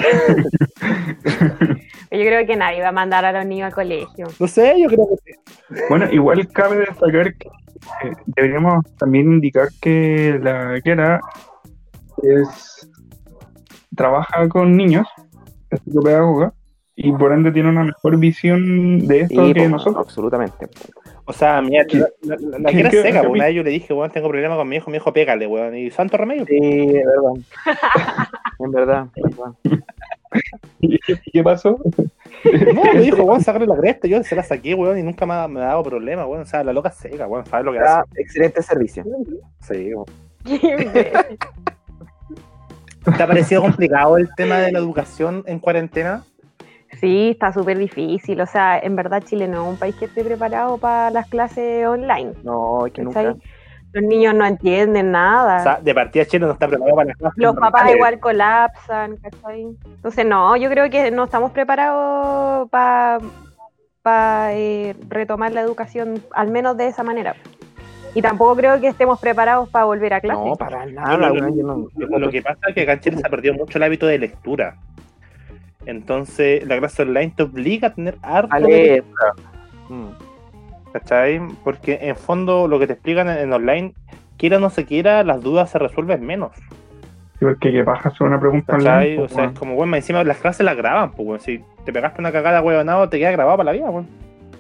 S4: Yo creo que nadie va a mandar a los niños al colegio.
S1: No sé, yo creo que sí.
S3: Bueno, igual cabe destacar que eh, deberíamos también indicar que la Kiara es trabaja con niños, es psicopedagoga, y por ende tiene una mejor visión de esto
S2: Sí,
S3: que
S2: pues,
S3: nosotros.
S2: absolutamente.
S1: O sea, mira,
S3: ¿Qué?
S1: la, la, la, la
S3: ¿Qué-
S1: quiera
S3: qué-
S1: seca,
S3: qué
S1: po.
S3: pi-
S1: Una vez yo le dije, weón, tengo problema con mi hijo, mi hijo, pégale, weón. Y santo remedio.
S2: Sí, es verdad. En verdad, en verdad.
S3: ¿Y qué, qué pasó?
S1: No, me dijo, weón, sacarle la cresta. Yo se la saqué, weón, y nunca me ha, me ha dado problema, weón. O sea, la loca es seca, weón, sabe lo que
S2: Ah,
S1: hace.
S2: excelente servicio.
S1: Sí, weón.
S4: Qué imbécil.
S1: ¿Te ha parecido complicado el tema de la educación en cuarentena?
S4: Sí, está súper difícil. O sea, en verdad Chile no es un país que esté preparado para las clases online.
S2: No, es que
S4: ¿Cachai?
S2: nunca.
S4: Los niños no entienden nada.
S1: O sea, de partida Chile no está preparado para las clases.
S4: Los papás
S1: normales.
S4: igual colapsan, ¿cachai? Entonces, no, yo creo que no estamos preparados para retomar la educación, al menos de esa manera. Y tampoco creo que estemos preparados para volver a clase.
S2: No, para
S1: Lo-
S2: nada,
S1: lo,
S2: weón, yo no-
S1: lo- lo que pasa es que acá en Chile se ha perdido mucho el hábito de lectura. Entonces, la clase online te obliga a tener harto
S2: A
S1: de
S2: leer.
S1: lectura,
S2: Mm.
S1: ¿cachai? Porque en fondo lo que te explican en, en online, quiera o no se quiera, las dudas se resuelven menos,
S3: Porque que bajas una pregunta
S1: ¿cachai?
S3: online,
S1: O sea, es como, bueno, encima las clases las graban, pues, weón. Si te pegaste una cagada, huevonado, te queda grabado para la vida, weón.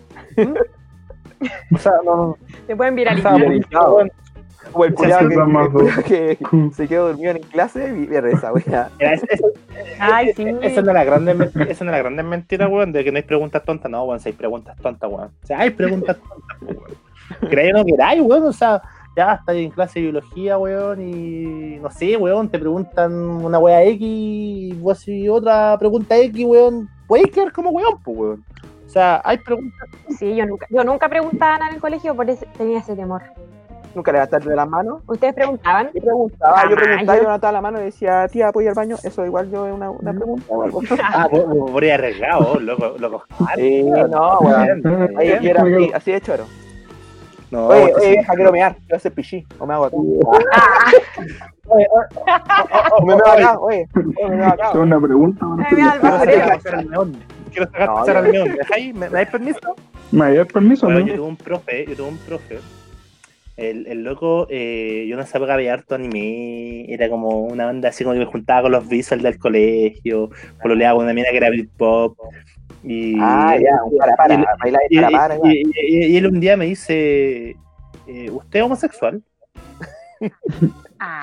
S1: O sea, no,
S4: Te pueden
S1: o
S4: viralizar.
S1: sea,
S2: Viralizado.
S1: weón,
S2: Como el
S1: Sí,
S2: culiao
S3: sí,
S2: que,
S3: son más duros.
S2: que se quedó dormido en clase y pierde esa weá.
S1: mira, es- es-
S4: Ay, sí.
S1: Esa es una de las grandes, men- esa es una de las grandes mentiras, weón, de que no hay preguntas tontas. No, weón, si hay preguntas tontas, weón. O sea, hay preguntas tontas, pues, weón. Creáis o no queráis, weón, o sea, ya estás en clase de biología, weón, y no sé, weón, te preguntan una weá X y vos y otra pregunta X, weón, puedes quedar como weón, pues, weón. O sea, hay preguntas.
S4: Sí, yo nunca, yo nunca preguntaba nada en el colegio, por eso tenía ese temor.
S2: Nunca levantarle las manos.
S4: ¿Ustedes preguntaban?
S2: Yo preguntaba, yo
S4: Jamás,
S2: preguntaba,
S4: yo-
S2: yo levantaba la mano y decía, tía, ¿puedo ir al baño? Eso igual yo es una, una pregunta o algo.
S1: Ah, vos, vos, vos eres arriesgado, loco, loco.
S2: Sí, no, weón.
S1: Bien,
S2: Ahí
S1: bien.
S2: yo era así, así de choro.
S1: No,
S2: Oye,
S1: vos te-
S2: oye, vieja, quiero mear, quiero hacer pichí, o me hago aquí.
S1: oye,
S2: O me meo acá, oye, oye, me meo acá.
S3: Es una pregunta.
S4: Ay, me da el
S1: quiero
S4: bajo.
S1: sacar a pasar al león. Quiero sacar a
S2: No,
S1: pasar
S2: yo-
S1: al león. ¿Me dejáis? ¿Me, me dais permiso?
S3: ¿Me das permiso,
S1: Bueno,
S3: no?
S1: yo tuve un profe, yo tuve un profe. El, el loco, eh, yo en esa época veía harto anime, era como una onda así como que me juntaba con los visuals del colegio, pololeaba con una mina que era Britpop. Y,
S2: Ah, ya, un para para,
S1: y-
S2: bailar
S1: y,
S2: para para.
S1: y- y- y él un día me dice, eh, ¿usted es homosexual?
S4: Ah,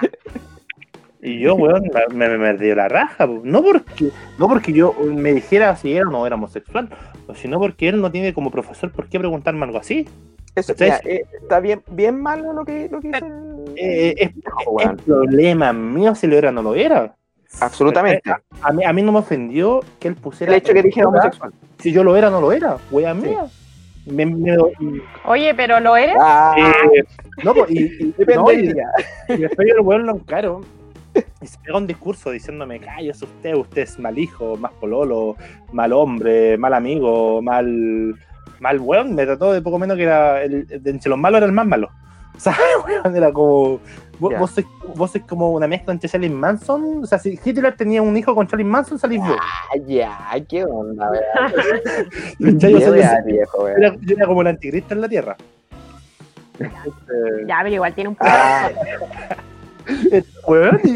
S1: Y yo, weón, me, me, me dio la raja, po. no porque, no porque yo me dijera si era o no era homosexual, sino porque él no tiene como profesor por qué preguntarme algo así.
S2: Eso,
S1: ¿cachai?
S2: mira, eh, está bien, bien malo lo que, lo que dice el...
S1: Eh, es,
S2: No,
S1: es
S2: weón.
S1: problema mío si lo era o no lo era.
S2: Absolutamente.
S1: A, a mí, a mí no me ofendió que él pusiera.
S2: El hecho que dijera homosexual.
S1: Si yo lo era o no lo era, wea
S2: Sí.
S1: mía. Me- me-
S4: oye, pero ¿lo eres?
S2: Ah,
S1: eh, no, pues, y, y-
S2: depende
S1: no,
S2: del
S1: y-
S2: día.
S1: y después yo lo weón lo encaro y se pega un discurso diciéndome, cállese usted, usted es mal hijo, mal pololo, mal hombre, mal amigo, mal mal weón, me trató de poco menos que era el, de entre los malos era el más malo. O sea, weón, era como vos,
S2: Ya.
S1: vos, sois, vos sois como una mezcla entre Charlie Manson, o sea, si Hitler tenía un hijo con Charlie Manson, salís vos.
S2: Ah, ya, qué onda, weón.
S1: ¿Cachai? Yo
S2: Qué
S1: soy-
S2: wea, viejo, weón.
S1: era, yo era como el anticristo en la tierra. Entonces,
S4: Ya, pero igual tiene un poco.
S2: Ah,
S1: Eh, weón, y,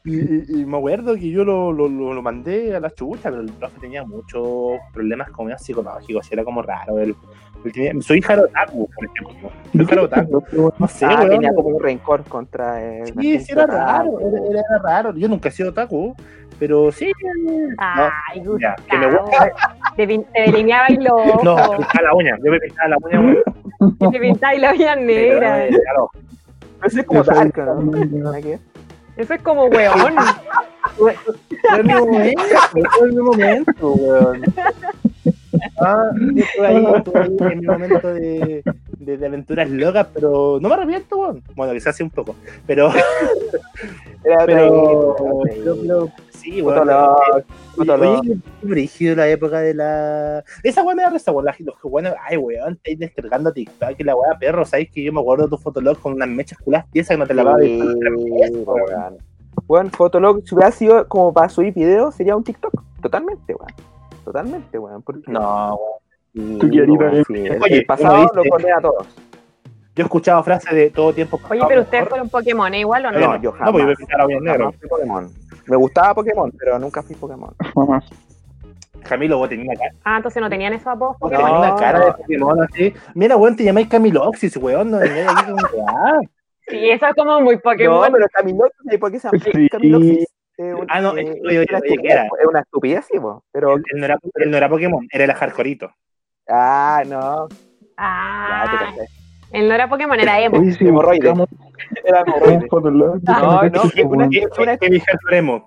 S1: Y, y- y me acuerdo que yo lo, lo, lo, lo mandé a la chucha, pero el profe tenía muchos problemas como medio psicológicos, y era como raro. Él, él tenía- su hija era otaku, por ejemplo. Su hija era otaku. No sé,
S2: Ah,
S1: weón.
S2: tenía como un rencor contra él.
S1: Sí, sí, era raro, era, era raro. Yo nunca he sido otaku, pero sí.
S4: Ay,
S1: No, ya,
S4: Gustavo.
S1: que me gusta.
S4: Te, pin- te delineaba y los ojos.
S1: No, me pintaba la uña. Yo me pintaba la uña, weón.
S4: Y te pintaba y la uña negra.
S1: Pero, claro.
S2: Eso es como
S3: Yo soy-
S2: Dark, ¿no? ¿Nada que ver?
S4: Eso es como weón.
S1: Fue en mi momento, fue en mi momento, weón. Ah, yo estuve ahí, estuve ahí en mi momento de, de, de aventuras locas, pero no me arrepiento, weón. Bueno, quizás sí un poco, pero,
S2: Era
S1: pero,
S2: otra
S1: pero, pero sí, weón.
S2: Fotolog,
S1: Oye,
S2: Fotolog.
S1: qué brígido la época de la. Esa weá me da risa, weón. la- Los que weón, ay, weón, estáis descargando TikTok y la weá, perro. Sabéis que yo me acuerdo de tu Fotolog con unas mechas culas tiesas que no te lavabas
S2: Sí,
S1: de
S2: weón. Bueno, Fotolog, si hubiera sido como para subir videos, sería un TikTok. Totalmente, weón. Totalmente, weón. Porque...
S1: No, weón.
S2: Sí,
S3: Tú querías
S2: weón,
S3: ir-
S2: sí. El,
S1: Oye,
S2: el pasado
S1: uno
S2: lo
S1: dice-
S2: condena a todos.
S1: Yo he escuchado frases de todo tiempo.
S4: Oye, pero ustedes fueron Pokémon, ¿eh? ¿Igual o no?
S2: No, yo
S1: No, porque yo me
S2: jamás.
S1: pintaba la uña negra.
S2: Jamás fui Pokémon. Me gustaba Pokémon, pero nunca fui Pokémon.
S3: Jamás.
S1: Camilo, vos tenías una cara,
S4: Ah, entonces no tenían esos apodos
S1: vos
S4: Pokémon.
S1: tenías
S2: No.
S1: una cara de Pokémon así. Mira, weón, te llamáis Camiloxis, weón. No vengáis aquí con weá.
S4: Sí, eso es como muy Pokémon.
S2: No, pero Camiloxis, ¿por qué se llama
S3: Sí.
S2: Camiloxis? Es un-
S1: Ah, no,
S2: eh,
S1: oye, oye,
S2: es una
S1: oye, ¿qué
S2: estupidez,
S1: era?
S2: es una estupidez, sí, po. Pero,
S1: Él, él no era, él no era Pokémon, era el Hardcoreito.
S2: ah, no, ya
S4: Ah,
S2: te caché.
S4: él no era Pokémon, era Emo.
S3: Oye, sí,
S2: Hemorroide.
S3: buscamos
S2: Era
S3: un
S2: hemorroide.
S3: Fotolog.
S2: No, no, es una-
S1: ¿Qué
S2: una-
S1: qué dije Remo?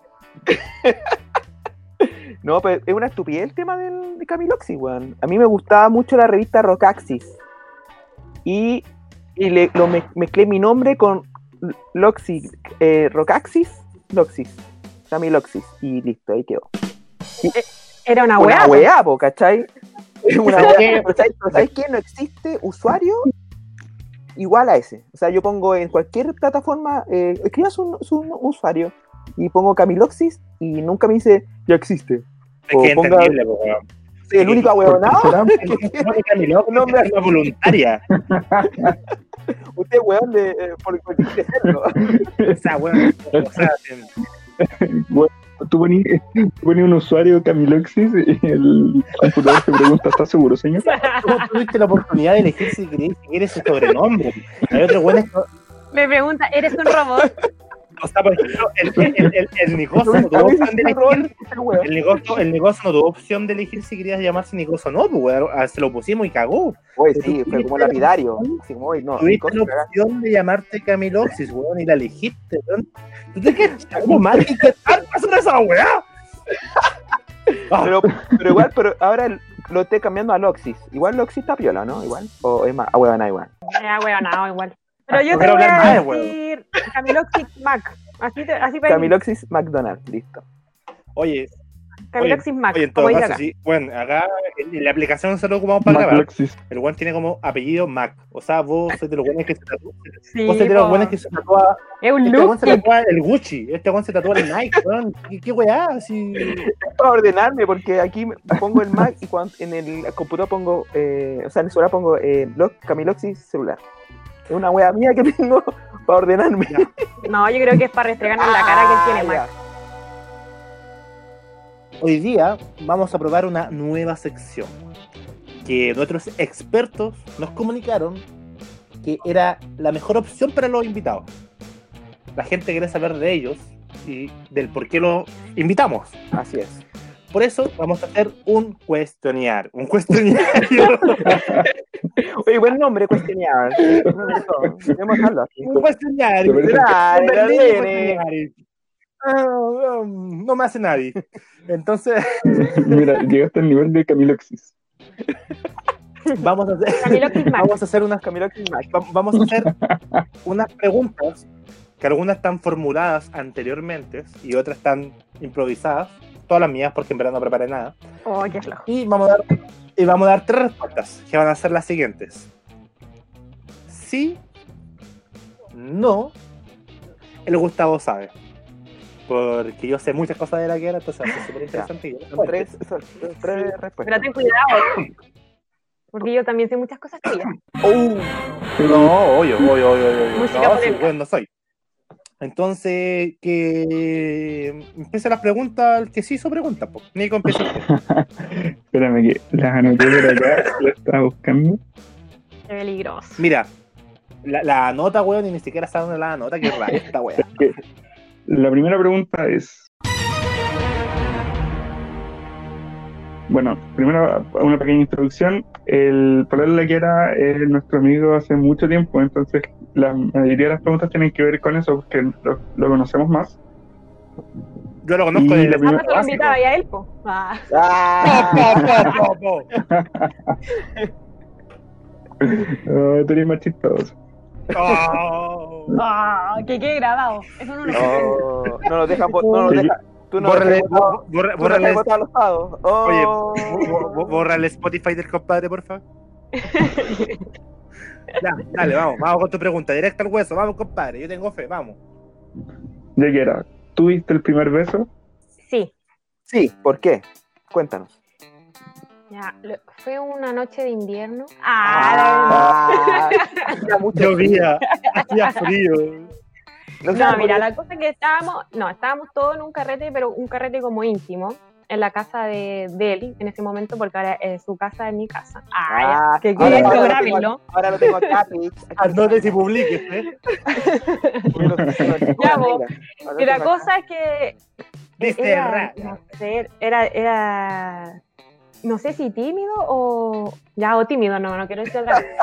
S2: No, pero es una estupidez el tema del, de Camiloxis, weón. A mí me gustaba mucho la revista Rockaxis. Y, y le, lo mez- mezclé mi nombre con Loxis, eh, Rockaxis, Loxis, Camiloxis. Y listo, ahí quedó.
S4: Era una
S2: Una
S4: weá. po.
S2: weá, po, ¿cachai? Una
S1: ¿Sabes
S2: weá.
S1: qué?
S2: Pero ¿sabes, pero ¿sabes qué? No existe usuario igual a ese. O sea, yo pongo en cualquier plataforma, eh, escriba su, su usuario y pongo Camiloxis y nunca me dice, ya existe.
S1: Es
S2: O
S1: que es
S2: ponga-
S1: entendible, po, weón.
S2: Soy el único ahueonado.
S3: ¿Será?
S1: No, que Camilo,
S2: No,
S1: es una voluntaria.
S2: Usted, weón, de, eh, por por qué hacerlo.
S1: O sea, weón, o sea,
S3: Bueno, tú ponías tú ponías un usuario Camiloxis y el computador te pregunta, ¿estás seguro, señor?
S1: tú tuviste la oportunidad de elegir si querías seguir ese sobrenombre. Hay otros buenos que,
S4: Le pregunta, ¿eres un robot?
S1: o sea, por ejemplo, el, el, el, el negocio no
S2: A
S1: tuvo
S2: veces
S1: opción de
S2: es un
S1: elegir.
S2: rol, ese weón.
S1: El negocio, el negocio no tuvo opción de elegir si querías llamarse Nicoso o no, pues, weón. Ah, se lo pusimos y cagó.
S2: Oye, sí, fue como lapidario. Así como, oye, no,
S1: Tuviste
S2: Nico,
S1: la opción de llamarte Camiloxis, weón, y la elegiste, weón. ¿Tú te quedas como mal y qué tal pasó esa weá? Ah,
S2: pero, pero igual, pero ahora lo estoy cambiando a Loxis. Igual Loxis está piola, ¿no? Igual. O es más, ah, weón, igual.
S4: Era weonado igual. Pero yo
S1: No
S4: te
S1: quiero
S4: voy
S1: hablar
S4: a
S1: más de huevo.
S4: decir Camiloxis Mac. Así, te, así para
S2: Camiloxis McDonald's, listo.
S1: Oye,
S4: Camiloxis Mac,
S1: oye, en
S4: como
S1: todo
S4: dice
S1: caso,
S4: acá.
S1: sí. Bueno, acá en en la aplicación nosotros ocupamos para grabar.
S3: Macloxis.
S1: El weón tiene como apellido Mac. O sea, vos sois de los buenos que se tatúa.
S4: Sí,
S1: Vos sois de los
S4: po.
S1: buenos que se tatúa.
S4: Es un
S1: Este
S4: look.
S1: weón se tatúa el Gucci. Este weón se tatúa el Nike, weón. ¿Qué, qué weá? Así.
S2: Para ordenarme, porque aquí me- pongo el Mac y cuando en el computador pongo, eh, o sea, en el celular pongo eh, Lo- Camiloxis celular. Es una wea mía que tengo para ordenarme.
S4: No, yo creo que es para restregarnos en la cara que él tiene
S2: Ah,
S4: Mac.
S1: Hoy día vamos a probar una nueva sección que nuestros expertos nos comunicaron que era la mejor opción para los invitados. La gente quiere saber de ellos y del por qué los invitamos.
S2: ya. Así es.
S1: Por eso vamos a hacer un cuestionario. Un cuestionario.
S2: Oye, buen nombre, cuestionar. Debemos dejarlo así.
S1: un cuestionario.
S3: Te parece-
S2: Dale,
S1: Un
S2: dale,
S1: bendito
S2: dale.
S1: cuestionario. Ah, um, no me hace nadie. Entonces,
S3: Mira, llegaste al nivel de Camiloxis.
S1: vamos a hacer,
S4: Camiloxis Mac.
S1: vamos a hacer unas
S2: Camiloxis Mac.
S1: Va- vamos a hacer unas preguntas que algunas están formuladas anteriormente y otras están improvisadas, todas las mías porque en verdad no preparé nada,
S4: Oh, qué flojo.
S1: y vamos a dar, y vamos a dar tres respuestas que van a ser las siguientes: sí, no, el Gustavo sabe, porque yo sé muchas cosas de la guerra, entonces va a ser súper interesante. y yo-
S2: Son tres, son son tres
S4: Pero
S2: respuestas.
S4: ten cuidado. Porque yo también sé muchas cosas tuyas.
S2: Oh,
S1: No, obvio, obvio, obvio, obvio.
S4: Música
S1: No,
S4: polémica.
S1: sí, bueno, no soy. Entonces, que empiece las preguntas, el que sí hizo preguntas, pues. Nico, empieza usted.
S3: Espérame que las anoté por acá, lo estaba buscando.
S4: Qué peligroso.
S1: Mira, la, la nota, weón, y ni siquiera sabe dónde la nota, qué rara esta, weón.
S3: La primera pregunta es... Bueno, primero una pequeña introducción. El Polola La Quiera es nuestro amigo hace mucho tiempo, entonces la mayoría de las preguntas tienen que ver con eso, porque lo, lo conocemos más.
S1: Yo lo conozco
S3: Y
S1: desde
S3: la
S1: el
S3: primera-
S4: Ah, no te lo invitaba ahí a él, po. Ah.
S2: Ah,
S1: Po, po, po, po.
S3: Oh, tú eres más chistoso.
S1: Oh.
S4: Ah, que quede grabado. Eso no lo
S2: no, no nos dejan, vo- no nos
S3: Oye,
S2: deja, tú no nos
S1: Bórrale,
S2: dejas votar-
S1: bo- borra-
S2: tú no nos
S1: bórrale,
S2: dejas votar a los dados. Oh.
S1: oye, bo- bo- borra el Spotify del compadre, por favor. Ya, dale, vamos, vamos con tu pregunta, directa al hueso, vamos, compadre, yo tengo fe, vamos.
S3: Ya Quiera, ¿tuviste el primer beso?
S4: Sí.
S2: Sí, ¿por qué? Cuéntanos.
S4: Ya, lo- fue una noche de invierno. Ah,
S2: Ah, hacía mucho frío.
S1: Llovía, hacía frío.
S2: No, sé,
S4: no, mira,
S2: porque-
S4: la cosa es que estábamos, no, estábamos todos en un carrete, pero un carrete como íntimo, en la casa de, de él en ese momento, porque ahora eh, su casa es mi casa. Ah,
S2: Ah,
S4: ya, que
S2: ahora-
S4: quede
S2: ahora
S4: esto,
S2: lo
S4: grábenlo.
S2: tengo- Ahora lo tengo acá, Twitch. Aquí
S1: Anotes y publiques, ¿eh?
S2: lo- lo tengo
S4: Ya,
S2: acá,
S4: vos.
S2: mira. Ahora
S4: Y la
S2: lo tengo
S4: cosa es que
S1: Dice
S4: era,
S1: rara.
S4: no sé, era, era, no sé si tímido o, ya, o tímido, no, no quiero decir otra cosa.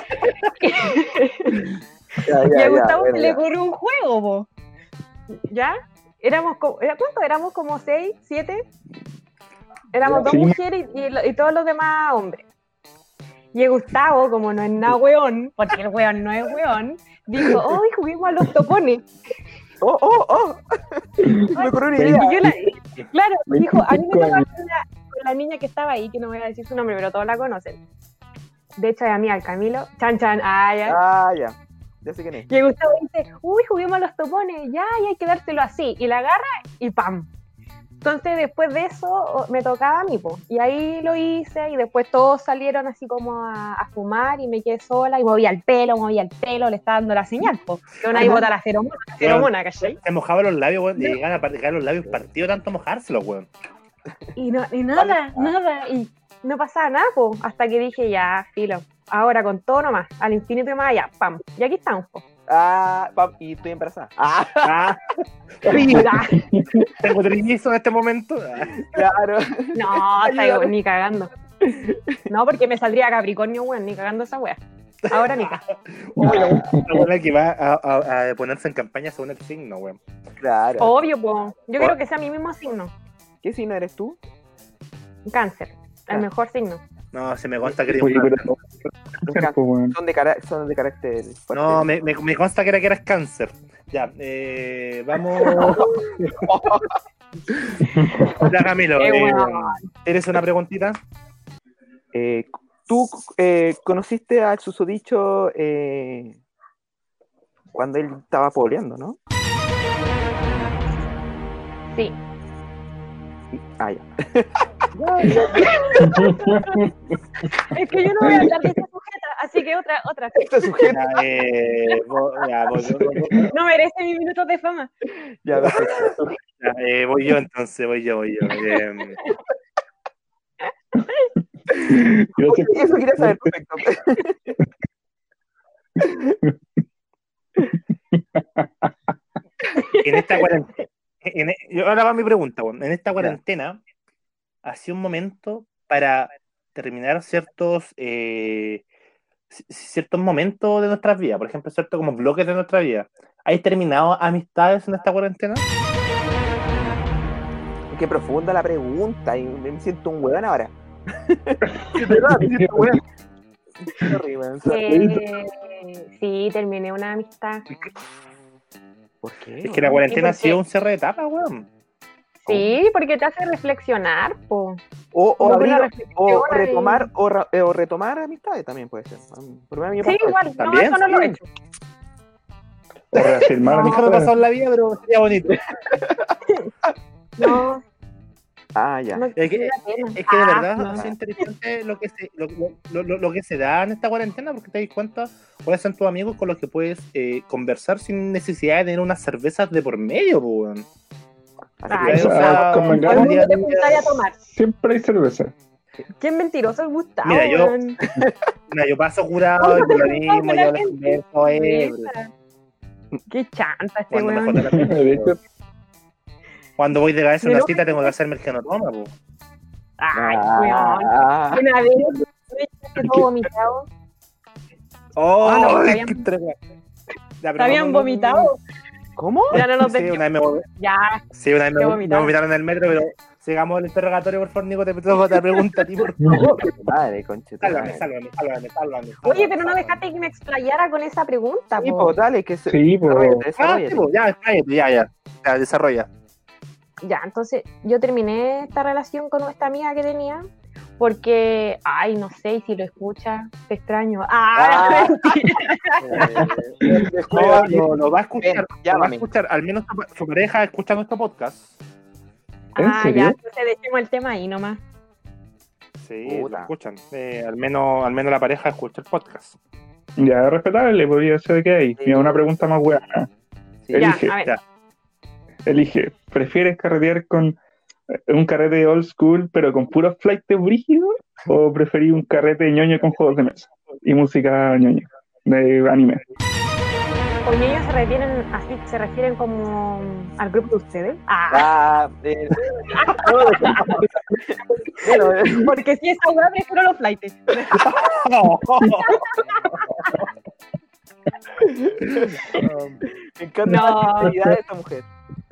S2: acá. Ya,
S4: Y
S2: ya,
S4: a
S2: ya,
S4: Gustavo
S2: bueno,
S4: se le
S2: ya.
S4: ocurrió un juego, po. ¿Ya? Éramos como, ¿era cuánto? Éramos como seis, siete. Éramos dos
S3: Sí.
S4: mujeres y, y lo- y todos los demás hombres. Y Gustavo, como no es nada weón, porque el weón no es weón, dijo, ¡ay, juguemos a los topones!
S2: Oh, oh, oh. Me ocurrió una
S4: Y
S2: idea.
S4: yo la- claro, dijo, a mí me
S3: veinticinco
S4: tocó
S3: años.
S4: con la, con la niña que estaba ahí, que no voy a decir su nombre, pero todos la conocen. De hecho, es a mí, al Camilo, chan chan, ah, ya.
S2: Ah, ya. Ya sé quién es.
S4: Y Gustavo dice, uy, juguemos a los topones, ya, y hay que dárselo así. Y la agarra y ¡pam! Entonces, después de eso, o- me tocaba a mí, po. Y ahí lo hice, y después todos salieron así como a, a fumar, y me quedé sola, y movía el pelo, movía el pelo, le estaba dando la señal, po. Que una ahí bota la feromona, la feromona, ¿cachai?
S1: Se mojaba los labios, weón, y llegaban a par- llegaban los labios partidos tanto mojárselos, weón.
S4: Y, no, y nada, nada, y no pasaba nada, po. Hasta que dije, ya, filo, ahora con todo nomás, al infinito y más allá, ¡pam! Y aquí estamos, po.
S2: Ah, pam, y estoy embarazada. Ah,
S1: Ah,
S4: Ah,
S1: tengo trillizo en este momento. Ah.
S2: claro.
S4: no, está ni cagando. No, porque me saldría Capricornio, weón, ni cagando esa wea. Ahora ni cagando.
S1: Uy, la la buena que va a, a- a ponerse en campaña según el signo, weón.
S2: Claro.
S4: Obvio, po. Yo creo que sea mi mismo signo.
S2: ¿Qué signo eres tú?
S4: Cáncer, el
S2: Ah.
S4: mejor signo.
S1: No, se me consta que eres
S3: Oye,
S1: un
S3: pero
S1: cáncer.
S3: cáncer, pues, weón.
S2: Son de, cara- son de carácter fuerte.
S1: No, me, me, me consta que era que eras cáncer. Ya, eh, vamos. Ya, Camilo,
S4: Qué
S1: eh,
S4: bueno.
S1: ¿tienes una preguntita?
S2: Eh, ¿Tú eh, conociste al susodicho eh, cuando él estaba poleando, no?
S4: Sí.
S2: Ah, ya.
S4: Es que yo no voy a hablar de esta sujeta, así que otra, otra.
S2: Este sujeto.
S1: Ya, eh, voy, ya, voy, voy- voy-
S4: No merece mis minutos de fama.
S2: Ya, perfecto.
S1: ya, eh, voy yo entonces, voy yo, voy yo. Eh,
S3: Gracias.
S2: Eso quería saber, perfecto.
S1: en esta cuarentena, en, e- yo- ahora va mi pregunta, weón. En esta cuarentena, ha sido un momento para terminar ciertos eh, c- ciertos momentos de nuestras vidas, por ejemplo, ciertos como bloques de nuestra vida. ¿Hay terminado amistades en esta cuarentena?
S2: Qué profunda la pregunta y me siento un huevón ahora. De verdad, me siento un huevón. Sorry, weón, sorry.
S4: Eh, sí, terminé una amistad.
S2: ¿Por qué?
S1: Es que la cuarentena ha
S4: porque-
S1: sido un cierre de etapa, weón.
S4: Sí, porque te hace reflexionar, po.
S2: O, o,
S4: Como
S2: abrir,
S4: una
S2: o
S4: reflexión
S2: retomar o, ra- eh, o retomar amistades también puede ser. Por lo menos a mí me
S4: Sí,
S2: pasó
S4: igual, no,
S1: ¿También?
S4: eso no lo he
S1: Sí.
S4: hecho.
S3: O reafirmar
S1: Nunca me ha
S3: amistades.
S1: pasado en la vida, pero sería bonito.
S4: No.
S2: Ah, ya.
S4: No,
S1: Es que,
S4: no da pena.
S1: es que de
S4: Ah,
S1: verdad
S4: no.
S1: es interesante lo que, se, lo, lo, lo, lo que se da en esta cuarentena, porque te das cuenta cuáles son tus amigos con los que puedes eh, conversar sin necesidad de tener unas cervezas de por medio, po, weón.
S2: Así
S4: Ay,
S2: que,
S3: o sea,
S4: o sea,
S3: convengamos-
S4: todo el mundo te juntáis a tomar.
S3: Siempre hay cerveza.
S4: Qué mentiroso el Gustavo.
S1: Mira, yo-
S4: weón.
S1: Mira, yo paso jurado y por lo mismo,
S4: Con la
S1: yo les
S4: gente,
S1: converso, eh,
S4: cerveza. Qué chanta este
S1: cuando me
S4: weón.
S1: jota la pena.
S3: De hecho,
S1: Cuando voy de cabeza a
S4: Me
S1: una
S4: lo-
S1: cita tengo que hacerme el que no toma, po.
S4: Ay, weón.
S2: ah,
S4: Una vez me eché todo vomitado.
S1: ¡Oh!
S4: Ah, no,
S1: qué
S4: habían-
S1: entrega. Ya, pero
S4: ¿Te habían
S1: no, no, no,
S4: vomitado?
S2: ¿Cómo?
S4: Ya no nos
S1: Sí,
S4: desviamos.
S1: una vez me vol-
S4: Ya.
S1: sí, una vez me,
S4: Te
S1: me
S4: vomitaron.
S1: vomitaron en el metro, pero sigamos el interrogatorio, por favor, Nico, te toco otra pregunta a ti, por favor.
S2: Madre, conche. tu
S1: Sálvame,
S2: madre.
S1: sálvame, sálvame, sálvame.
S4: Oye, pero no
S1: sálvame.
S4: dejaste que me explayara con esa pregunta,
S2: Sí,
S4: po.
S2: po, dale, que se.
S3: Sí, po.
S2: desarrollate,
S1: Ah,
S2: desarrollate.
S1: sí, pues, ya, cállate, ya, ya. Ya, desarrolla.
S4: Ya, entonces yo terminé esta relación con esta amiga que tenía porque, ay, no sé, y si lo escucha, te extraño. Ah,
S2: Ah.
S4: mentira.
S2: Eh,
S1: No, no, lo va a escuchar.
S2: Ven,
S1: Lo va a
S2: llámame.
S1: escuchar. Al menos su, su pareja escucha nuestro podcast.
S3: ¿En
S4: Ah,
S3: serio?
S4: ya, entonces dejemos el tema ahí nomás.
S1: Sí,
S2: Puta.
S1: lo escuchan. Eh, al, menos, al menos la pareja escucha el podcast.
S3: ya es respetable, podría ser que hay.
S2: Sí.
S3: Mira, una pregunta más buena.
S2: Sí.
S3: Elige.
S4: Ya, a ver.
S1: Ya.
S3: Elige, ¿prefieres carretear con eh, un carrete old school pero con puros flightes brígidos? ¿O preferís un carrete ñoño con juegos de mesa y música ñoño de anime?
S4: Con ellos se refieren, así, se refieren como al grupo de ustedes. Ah,
S2: Ah, eh, bueno, eh,
S4: porque si esa weá prefiero los flights.
S2: me encanta
S4: No.
S2: la sinceridad de esta mujer.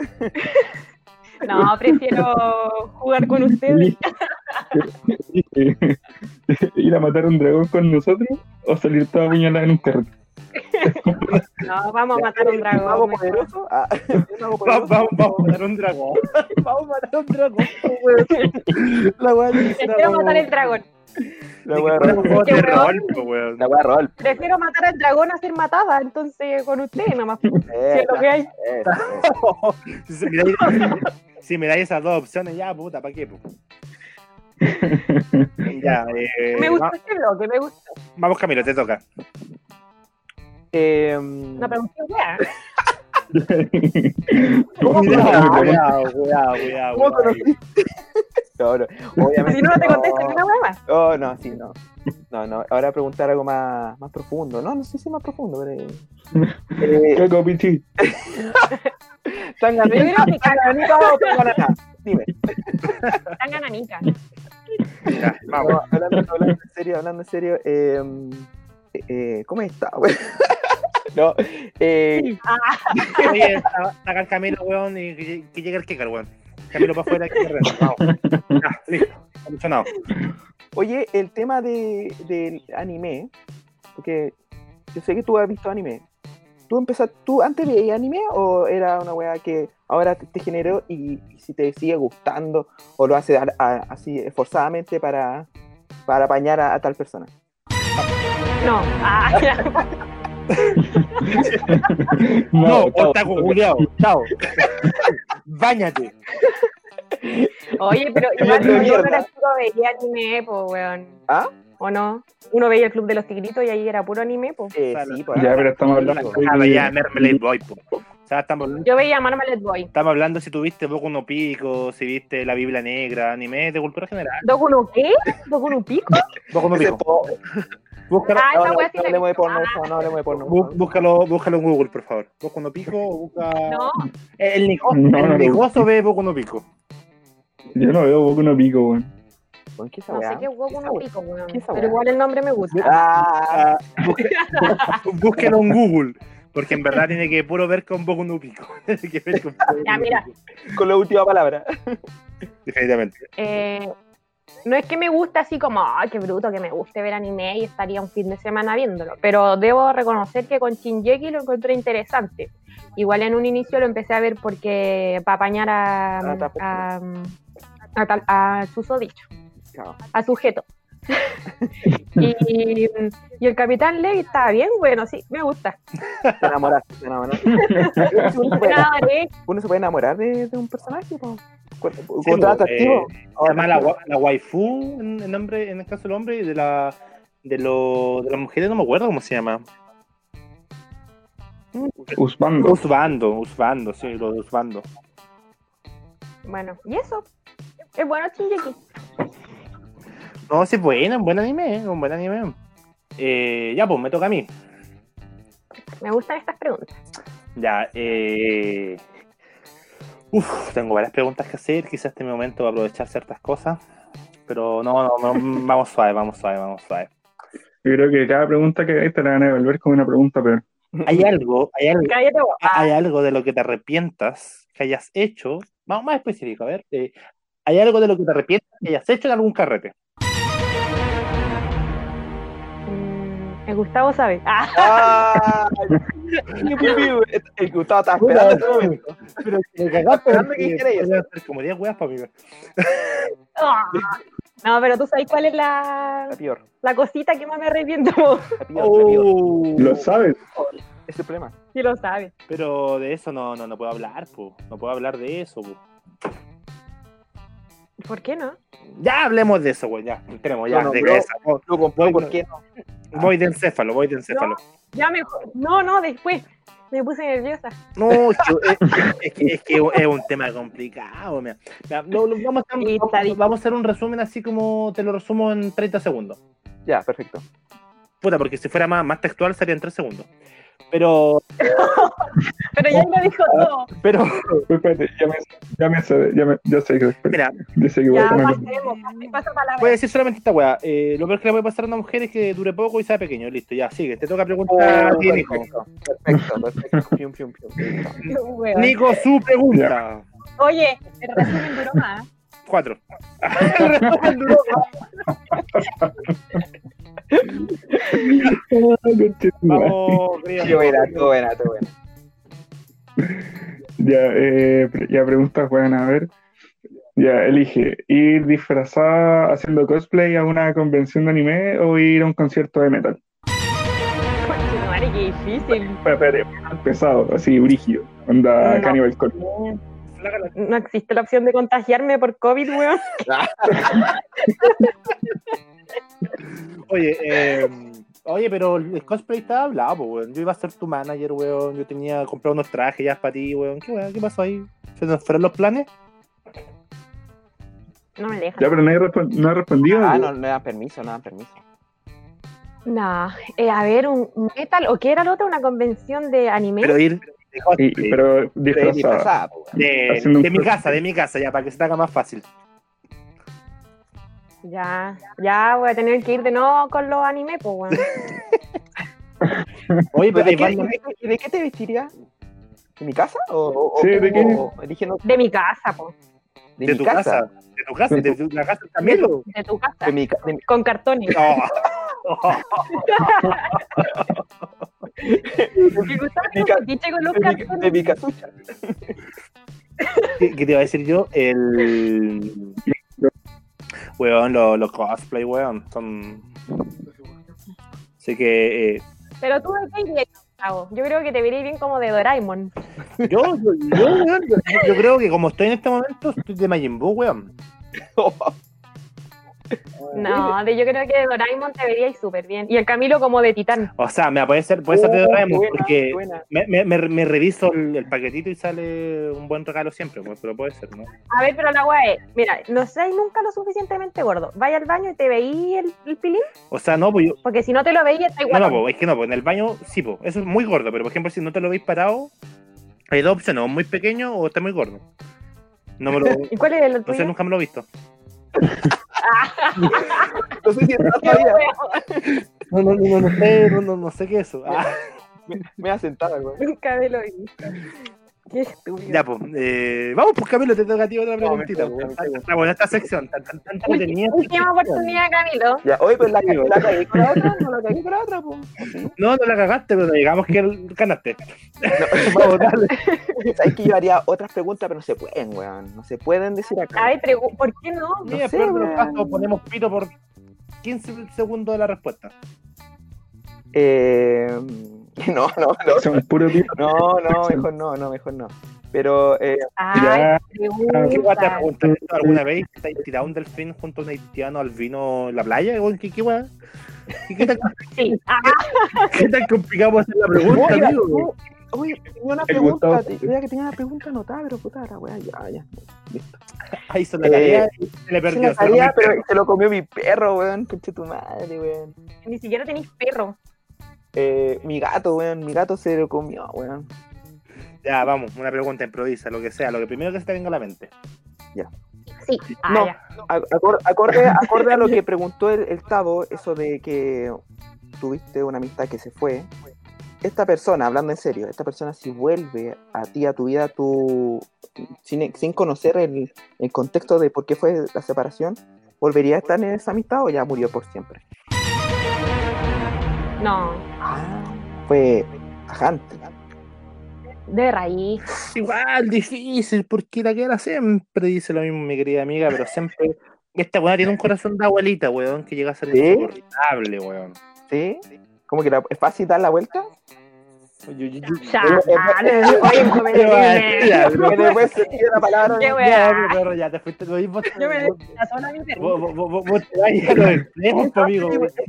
S4: No, prefiero jugar con ustedes.
S3: Elige, ¿ir a matar a un dragón con nosotros o salir toda puñalada en un carrete?
S4: No, vamos a matar a un
S2: ¿Un mago
S4: dragón. mejor.
S2: poderoso? Ah, ¿un mago
S1: Va-
S2: poderoso?
S1: Vamos, vamos a matar un dragón. Vamos a matar un dragón, weón. La weá dice,
S4: Prefiero matar el dragón.
S2: La wea
S1: un
S2: rol.
S1: juego
S4: Qué
S1: de
S4: weón.
S1: rol, po, weón.
S2: La wea rol.
S4: Prefiero matar al dragón a ser matada, entonces con ustedes nomás. Si es lo que hay.
S2: Eh,
S1: Si me dais, si me dais esas dos opciones, ya, puta, ¿para qué? Po? Ya, eh,
S4: Me gustó
S1: va-
S4: este bloque, me gustó.
S1: vamos, Camilo, te toca.
S2: eh,
S4: No pregunté, weá.
S1: Cuidado, cuidado, cuidado, cuidado.
S2: ¿Cómo
S1: cuidado.
S2: conociste? No, no, obviamente.
S4: Si no, no te contesto ni una weá más.
S2: Oh, no, sí, no. No, no. Ahora preguntar algo más, más profundo. No, no sé si más profundo, pero. Eh,
S3: Caco Pichi.
S2: ¿Tanganica
S4: Yo creo que
S2: ¿Tanganica o Tanganá? Dime.
S4: Están gananicas.
S1: Ya, vamos.
S2: No, hablando, hablando en serio, hablando en serio, eh, eh, ¿cómo está, güey? No, eh,
S4: Ah,
S1: Oye, sa- saca el Camilo, weón, y que, que llegue el Kekar, weón. Camilo para afuera, que reto. Vamos. Ya, listo. Solucionado.
S2: oye, el tema de, del anime, porque yo sé que tú has visto anime. ¿Tú empezaste, tú antes veías anime o era una weá que ahora te, te generó y, y si te sigue gustando o lo haces a- a- así esforzadamente para, para apañar a, a tal persona?
S4: no. Ah, ya.
S1: No,
S3: chao.
S1: otaku, culiao. Chao. Báñate.
S4: Oye, pero
S2: Qué
S4: igual
S2: mierda.
S4: yo cuando era chico veía anime, pues, weón.
S2: ¿Ah?
S4: ¿O no? Uno veía el Club de los Tigritos y ahí era puro anime, pues.
S2: Eh,
S1: Claro.
S2: sí, pues,
S3: Ya, pero estamos hablando
S1: Ah,
S3: de-
S1: ya, Mermelade Boy, po. O sea, estamos,
S4: Yo veía Marmalade Boy.
S1: estamos hablando si tuviste Boku no Pico, si viste la Biblia Negra, anime de cultura general.
S4: ¿Doku no qué? ¿Doku no pico?
S1: Boku no
S2: ese
S1: Pico.
S2: po-
S1: Búscalo,
S4: Ah,
S2: No,
S4: esa
S2: no,
S4: weá sí
S2: no
S4: la he
S2: hablemos de
S4: visto.
S2: porno,
S4: Ah,
S2: por favor, no hablemos de porno.
S1: bú- búscalo, búscalo en Google, por favor. Boku no Pico o busca.
S4: No,
S1: El Nicoso,
S3: No, no
S1: el
S3: lo
S1: Nicoso ve Boku no Pico.
S3: Yo no veo Boku no Pico, weón.
S2: ¿Con qué esa
S4: no sé
S2: weá?
S4: qué es Goku
S2: ¿Qué
S4: no
S2: esa
S4: pico, weón.
S2: ¿Qué esa
S4: Pero
S2: weá?
S4: igual el nombre me gusta.
S2: Ah,
S1: Ah, busque- búsquelo en Google. Porque en verdad tiene que puro ver con Boku no Pico. Tiene que ver con Boku
S4: Ya,
S1: no
S4: mira.
S1: Pico.
S2: con la última palabra.
S1: Definitivamente.
S4: Eh, no es que me guste así como, ay, qué bruto que me guste ver anime y estaría un fin de semana viéndolo, pero debo reconocer que con Shingeki lo encontré interesante. Igual en un inicio lo empecé a ver porque para apañar a,
S2: Ah, está
S4: a, a, tal- a susodicho,
S2: Chao.
S4: a sujeto. y, y el Capitán Levi estaba bien, bueno, sí, me gusta.
S2: Te enamoraste, te enamoraste. Uno se
S4: Me
S2: puede,
S4: enamoré.
S2: uno se puede enamorar de, de un personaje, po. Con
S1: Sí,
S2: contrato
S1: po,
S2: activo.
S1: eh, se llama la, wa- la waifu en el nombre, en el caso del hombre, y de la de, lo, de las mujeres no me acuerdo cómo se llama.
S3: Usbando.
S1: Usbando, Usbando, sí, lo de Usbando.
S4: Bueno, y eso. Es bueno Shingeki.
S1: No, sí, es bueno, un buen anime, un buen anime. Eh, ya, pues me toca a mí.
S4: Me gustan estas preguntas.
S1: Ya, eh... Uf, tengo varias preguntas que hacer. Quizás este momento va a aprovechar ciertas cosas. Pero no, no, no, vamos suave, vamos suave, vamos suave.
S3: Yo creo que cada pregunta que hay te la van a devolver con una pregunta peor.
S1: ¿Hay algo, hay algo,
S4: Cállate, vos.
S1: hay algo de lo que te arrepientas que hayas hecho? Vamos más específico, a ver. eh, ¿Hay algo de lo que te arrepientas que hayas hecho en algún carrete?
S4: Mm, el Gustavo sabe. Ah,
S2: Ah, el Gustavo estaba esperando este momento.
S1: Pero me cagaste,
S2: esperando que dijera eso.
S1: voy a hacer como diez weas para mí.
S4: ah. No, pero tú sabes cuál es la,
S2: La peor,
S4: la cosita que más me arrepiento.
S2: la peor, la peor.
S1: Oh.
S3: Lo sabes.
S2: Ese es el problema.
S4: Sí lo sabes.
S1: Pero de eso no, no, no puedo hablar, po. No puedo hablar de eso, po.
S4: ¿Por qué no?
S1: Ya hablemos de eso, güey, ya. Entremos, ya.
S2: No, no,
S1: de
S2: bro.
S1: cabeza. Voy,
S2: Lo compró, ¿por qué no?
S1: voy de encéfalo, voy de encéfalo.
S4: Ya me... No, no, después. Me puse nerviosa.
S1: No, es que, es, es que, es que es un tema complicado, mira. Mira, lo- lo- vamos, a hacer,
S4: Sí, está
S1: vamos,
S4: difícil.
S1: vamos a hacer un resumen así como te lo resumo en treinta segundos.
S2: Ya, perfecto.
S1: Puta, porque si fuera más, más textual serían tres segundos. Pero,
S4: Pero ya lo dijo todo.
S1: pero,
S3: Espérate, ya me, ya me sé, ya, me, ya sé que
S1: mira,
S3: ya sé que voy a
S4: Ya
S3: ponerlo.
S4: pasemos. Pasa palabra.
S1: voy a decir solamente esta weá. Eh, lo peor que le puede pasar a una mujer es que dure poco y sea pequeño. Listo, ya, sigue. Te toca preguntar a
S2: Oh,
S1: ti, Nico.
S2: perfecto, perfecto, perfecto. Pium, pium, pium. Listo.
S4: Weón.
S1: Nico, su pregunta.
S4: Oye, el resumen duró más.
S1: Cuatro. Vamos, querido.
S2: Qué buena, qué buena, qué buena.
S3: Ya, eh, pre- ya preguntas, bueno, a ver. Ya, elige, ¿ir disfrazada haciendo cosplay a una convención de anime o ir a un concierto de metal?
S4: Conche, madre, qué difícil.
S3: Espera, espérate, pesado, así, brígido, onda
S4: No.
S3: Cannibal Corpse.
S4: No existe la opción de contagiarme por COVID, weón.
S1: Oye, eh, oye, pero el cosplay estaba hablado, po, weón. Yo iba a ser tu manager, weón. Yo tenía comprado unos trajes ya para ti, weón. ¿Qué, weón? ¿Qué pasó ahí? ¿Se nos fueron los planes?
S4: No me dejan.
S3: Ya, pero no he, respon- no he respondido.
S2: Ah,
S3: güey.
S2: no, no dan permiso, no dan permiso.
S4: No, eh, a ver, un un metal, ¿o qué era lo otro? ¿Una convención de anime?
S1: Pero ir de
S3: Y-
S1: cosplay.
S3: pero
S2: Pero es
S3: disfrazada.
S2: disfrazada, po, weón.
S1: de,
S3: haciendo un
S1: de mi
S3: cosplay.
S1: casa, de mi casa, ya, para que se te haga más fácil.
S4: Ya, ya voy a tener que ir de nuevo con los anime, pues, weón.
S1: Oye, pero
S2: ¿De
S1: hay
S2: qué,
S1: bandas-
S2: de, de qué te vestirías? ¿De mi casa? ¿O, o,
S3: Sí,
S2: o-
S3: ¿de qué?
S2: o- eligiendo
S4: De mi casa, pues.
S2: de,
S1: de
S2: mi
S1: tu
S2: casa?
S1: casa. De tu casa, de tu, la casa de Camilo.
S4: De tu casa.
S2: De mi, ca- de mi-
S4: Con cartones.
S1: No.
S4: Me gustaba
S2: de mi
S4: un
S2: ca-
S4: fetiche con los
S2: de mi, de
S4: cartones.
S2: mi casucha.
S1: ¿Qué, qué te iba a decir yo? El. Weón, los, los cosplay, weón. Son. Así que. eh,
S4: Pero tú de qué irías, Gustavo? Yo creo que te vería bien como de Doraemon.
S1: yo, yo, yo, weón, yo, yo creo que como estoy en este momento, estoy de Majin Buu, weón.
S4: No, de, yo creo que de Doraemon te veríais súper bien. Y el Camilo como de Titán.
S1: O sea, me puede ser, puede ser de
S2: Oh,
S1: Doraemon,
S2: qué buena,
S1: porque
S2: qué buena.
S1: me, me, me, me reviso el, el paquetito y sale un buen regalo siempre, pues, pero puede ser, ¿no?
S4: A ver, pero la weá es, mira, no seas nunca lo suficientemente gordo. Vaya al baño y te veí el, el pilín,
S1: O sea, no, pues yo.
S4: porque si no te lo veías, está
S1: No,
S4: igual.
S1: no, pues, es que no, pues en el baño sí, pues, eso es muy gordo, pero por ejemplo, si no te lo veis parado, hay dos opciones, o muy pequeño o está muy gordo. No me lo.
S4: ¿Y cuál es el
S1: No sé,
S4: tuyo?
S1: nunca me lo he visto.
S2: No sé si estás
S4: Qué
S2: todavía.
S4: wea,
S1: No, no, no, no sé, no, no, no sé qué es eso. Ah,
S2: Me, me ha sentado, güey.
S4: Nunca me lo he visto. Qué estúpido.
S1: ya, pues, eh, vamos, pues Camilo, te toca a ti otra
S2: No, me
S1: preguntita.
S2: toca,
S1: pues.
S2: me
S1: Está,
S2: toca.
S1: está buena esta sección, tan, tan, tan
S4: Ulti-
S1: entretenida.
S4: Última oportunidad, Camilo.
S2: Ya, oye, pues la, la cagué con la otra, no la cagué con la otra, pues.
S1: No, no la cagaste, pero digamos que ganaste.
S2: No,
S1: Vamos, dale.
S2: sabes que yo haría otras preguntas, pero no se pueden, weón. No se pueden decir acá.
S4: Ay, pregu- ¿por qué no?
S1: Mira,
S2: sé,
S1: pero en
S2: weón.
S1: caso ponemos pito por quince segundos de la respuesta.
S2: Eh, no, no, no.
S3: Son puro tipo.
S2: No, no, mejor no, no, mejor no. Pero, eh,
S4: Ay,
S3: Ya.
S1: ¿Qué guay te
S4: pregunta.
S1: preguntan esto alguna vez? ¿Te has tirado un delfín junto a un haitiano al vino en la playa? Weón, ¿Qué, qué, weón? ¿Qué, qué, tan,
S4: Sí. Ah,
S1: ¿Qué tan complicado es la pregunta,
S2: Oiga,
S1: amigo?
S2: no, oye, tenía una
S3: El
S2: pregunta,
S3: Gustavo.
S2: te- creía que tenía una pregunta anotada, pero puta la weá, ya, ya. Listo.
S1: Ahí hizo la tarea
S2: Eh,
S1: y se le
S2: Sí,
S1: perdió.
S2: la
S1: se lo
S2: sabía,
S1: comió.
S2: pero se lo comió mi perro, weón, conche tu madre, weón.
S4: ni siquiera tenéis perro.
S2: Eh, mi gato, weón, mi gato se lo comió, weón.
S1: Ya, vamos, una pregunta, improvisa, lo que sea, lo que primero que se te venga a la mente.
S4: Sí. Ah,
S2: No.
S4: ya.
S2: Acor- acorde, acorde a lo que preguntó el, el Tavo, eso de que tuviste una amistad que se fue, esta persona, hablando en serio, esta persona si vuelve a ti, a tu vida, tú, sin, sin conocer el, el contexto de por qué fue la separación, ¿volvería a estar en esa amistad o ya murió por siempre?
S4: No,
S2: Ah, fue tajante.
S4: de raíz.
S1: Igual, difícil, porque la queda siempre dice lo mismo mi querida amiga, pero siempre. Esta weá tiene un corazón de abuelita, weón, que llega a ser
S2: ¿Sí?
S1: insoportable, weón.
S2: ¿Sí? ¿Como que la- es fácil dar la vuelta?
S1: Yo- yo- yo-
S4: Ya,
S2: Eh, eh,
S4: ah, no, oye,
S1: Pero,
S4: comediante.
S1: ya, pero-
S2: Que después se tira la palabra.
S4: Qué
S1: Ya,
S4: weá.
S1: pero, pero ya te fuiste lo mismo.
S4: Yo me
S1: Vos,
S4: desató la mi
S1: vos,
S4: perro.
S1: vos, vos- vos te vas a los extremos, po, amigo.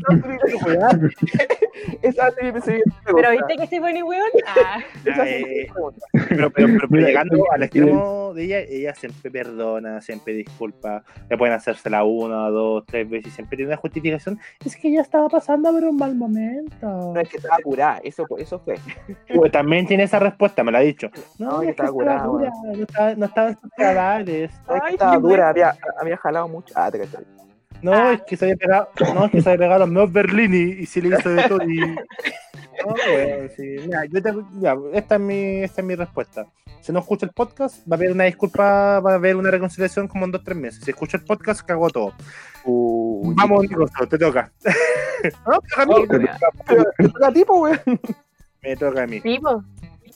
S2: Esa es mi siguiente
S4: Pero
S2: pregunta.
S4: viste que se pone weón. Ah,
S2: Esa
S1: Ya,
S2: es mi
S1: eh,
S2: pregunta.
S1: Pero, pero, pero, pero
S3: Mira,
S1: llegando
S3: esto-
S1: al extremo de ella, ella siempre perdona, siempre disculpa, le pueden hacérsela una, dos, tres veces y siempre tiene una justificación. Es que ella estaba pasando por un mal momento.
S2: No es que estaba apurada, eso, eso fue.
S1: Pues también tiene esa respuesta, me la ha dicho. No,
S2: No,
S1: es
S2: que
S1: que
S2: estaba
S1: estaba
S2: curada,
S1: dura, no estaba, no estaba en sus cabales.
S2: No es que
S4: Ay,
S2: estaba
S4: qué
S2: dura,
S4: bueno.
S2: había, había jalado mucho. Ah, te cachai.
S1: No,
S4: Ah.
S1: es que se había pegado, no, es que se había pegado a los nuevos Berlini y sí le hizo de todo. Y... No, bueno, sí. Mira, yo te- ya, esta, es mi, esta es mi respuesta. Si no escucha el podcast, va a haber una disculpa, va a haber una reconciliación como en dos o tres meses. Si escucha el podcast, cagó todo.
S2: Uy,
S1: Vamos, Nico, te toca. No, te toca a mí.
S2: Oh, pero te toca a ti, po, weón.
S1: Me toca a mí.
S4: sí, po.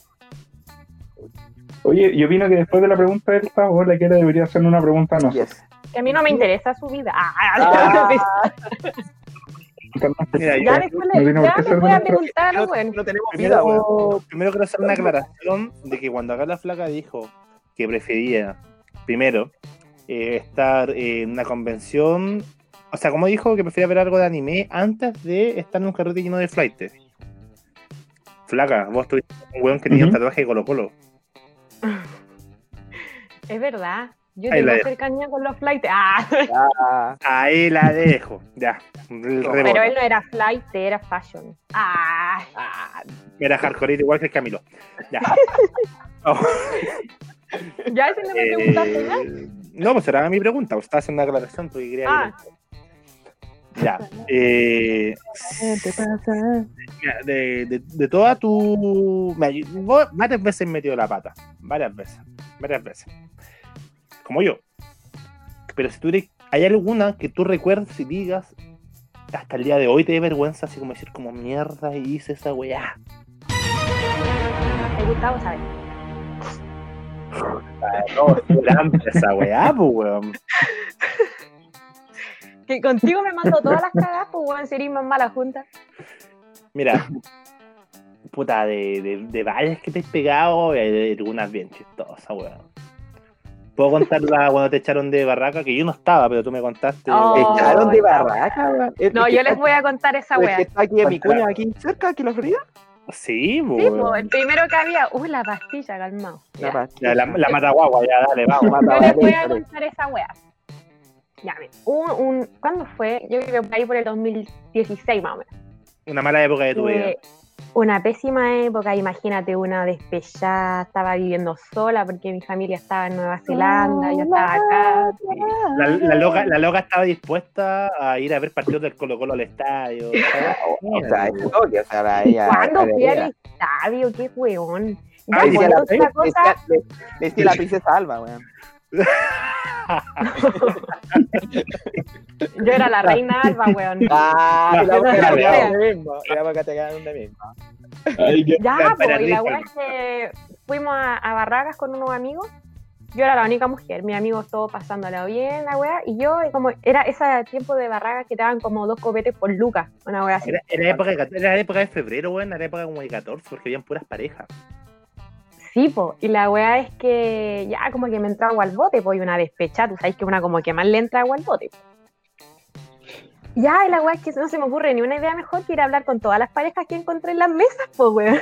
S3: Oye, yo opino que después de la pregunta del Tavo, la que debería hacer una pregunta a nosotros.
S2: Yes.
S4: Que a mí no me interesa su vida. Ah,
S2: Ah,
S1: Mira, yo-
S4: ya después
S3: no
S4: le,
S3: tiene por
S4: ya
S3: qué
S4: le
S3: ser
S4: voy a
S3: de nuestro-
S4: preguntar a
S2: no,
S4: los buenos.
S2: no tenemos vida, weón.
S1: Primero, primero quiero hacer una aclaración de que cuando acá la flaca dijo que prefería, primero, eh, estar en una convención, o sea, como dijo que prefería ver algo de anime antes de estar en un carrete lleno de flightes. Flaca, vos tuviste un weón que tenía un
S3: Ujú.
S1: tatuaje de Colo Colo.
S4: Es verdad. Yo
S1: Ahí la
S4: tengo
S1: dejo.
S4: cercanía con los flights. Ah,
S2: Ah,
S1: Ahí la dejo, ya. El
S2: Pero
S1: rebote.
S4: pero él no era flight, era fashion. Ah,
S2: ah,
S1: Era hardcore igual que el Camilo. Ya. Oh.
S4: ya si no me preguntaste nada.
S1: Eh, no, pues era mi pregunta, pues estaba haciendo una aclaración porque quería
S4: Ah.
S1: ir. Ya. Eh,
S2: ¿qué pasa?
S1: mira, de, de, de toda tu. Mira, yo- vos varias veces he metido la pata. Varias veces. Varias veces. Como yo. Pero si tú eres. ¿Hay alguna que tú recuerdes y digas hasta el día de hoy te dé vergüenza así como decir como mierda y hice esa weá?
S4: Me gustaba, ¿sabes?
S1: No, es amplia esa weá, pues weón.
S4: Que contigo me mando todas las cagadas, pues weón, sería más mala junta.
S1: Mira, puta, de, de, de varias que te has pegado, y hay algunas bien chistosas, weón. Puedo contarla cuando te echaron de barraca, que yo no estaba, pero tú me contaste.
S4: Oh.
S2: ¿Te echaron de
S4: esta
S2: barraca, weón? ¿Es-
S4: No,
S2: es
S4: yo
S2: que
S4: les
S2: está-
S4: voy a contar esa
S2: es que
S4: wea.
S2: está aquí en mi cuña, aquí cerca, aquí en la Florida.
S1: Sí,
S4: Sí,
S1: weón.
S4: pues, el primero que había, uy, la pastilla, calmado.
S2: La
S4: Ya.
S2: pastilla.
S1: Ya, la, la mata guagua, ya, dale, vamos.
S2: Mata
S4: Yo les voy a
S2: guagua.
S4: contar esa wea. Ya, mira, un, un, ¿cuándo fue? Yo creo que por ahí por el dos mil dieciséis más o menos.
S1: Una mala época de tu vida.
S4: Eh, una pésima época, imagínate, una despechada, estaba viviendo sola porque mi familia estaba en Nueva Zelanda, yo estaba acá.
S1: La, la, loca, la loca estaba dispuesta a ir a ver partidos del Colo Colo al estadio.
S2: O sea, es toque, o sea, la- ella.
S4: ¿Cuándo
S2: la
S4: fui al
S2: veía.
S4: estadio? ¡Qué weón! Ya,
S1: Ay,
S2: Le
S4: pues,
S2: decía la-
S4: otra
S2: le
S4: cosa,
S2: decía- le- le decía la princesa Alba, weón.
S4: yo era la reina Alba, weón.
S2: Ah,
S1: Ah,
S2: la boca te
S1: dale,
S2: quedaron
S1: vamos.
S2: donde mismo. La boca te quedaron donde mismo.
S3: Ay, que-
S4: Ya,
S1: La
S4: pues, y la
S1: emperatriz,
S4: weá es que fuimos a, a Barracas con unos amigos. Yo era la única mujer, mis amigos todos pasándola bien, la weá, y yo, como era ese tiempo de Barracas que te daban como dos copetes por lucas, una weá así.
S1: Era, era, época de, era época de febrero, weón, era época como de catorce, porque habían puras parejas.
S4: Sí, po, y la weá es que ya como que me entra agua al bote, pues, y una despecha, tú sabes que una como que más le entra agua al bote. Ya, y la weá es que no se me ocurre ni una idea mejor que ir a hablar con todas las parejas que encontré en las mesas, pues, weón.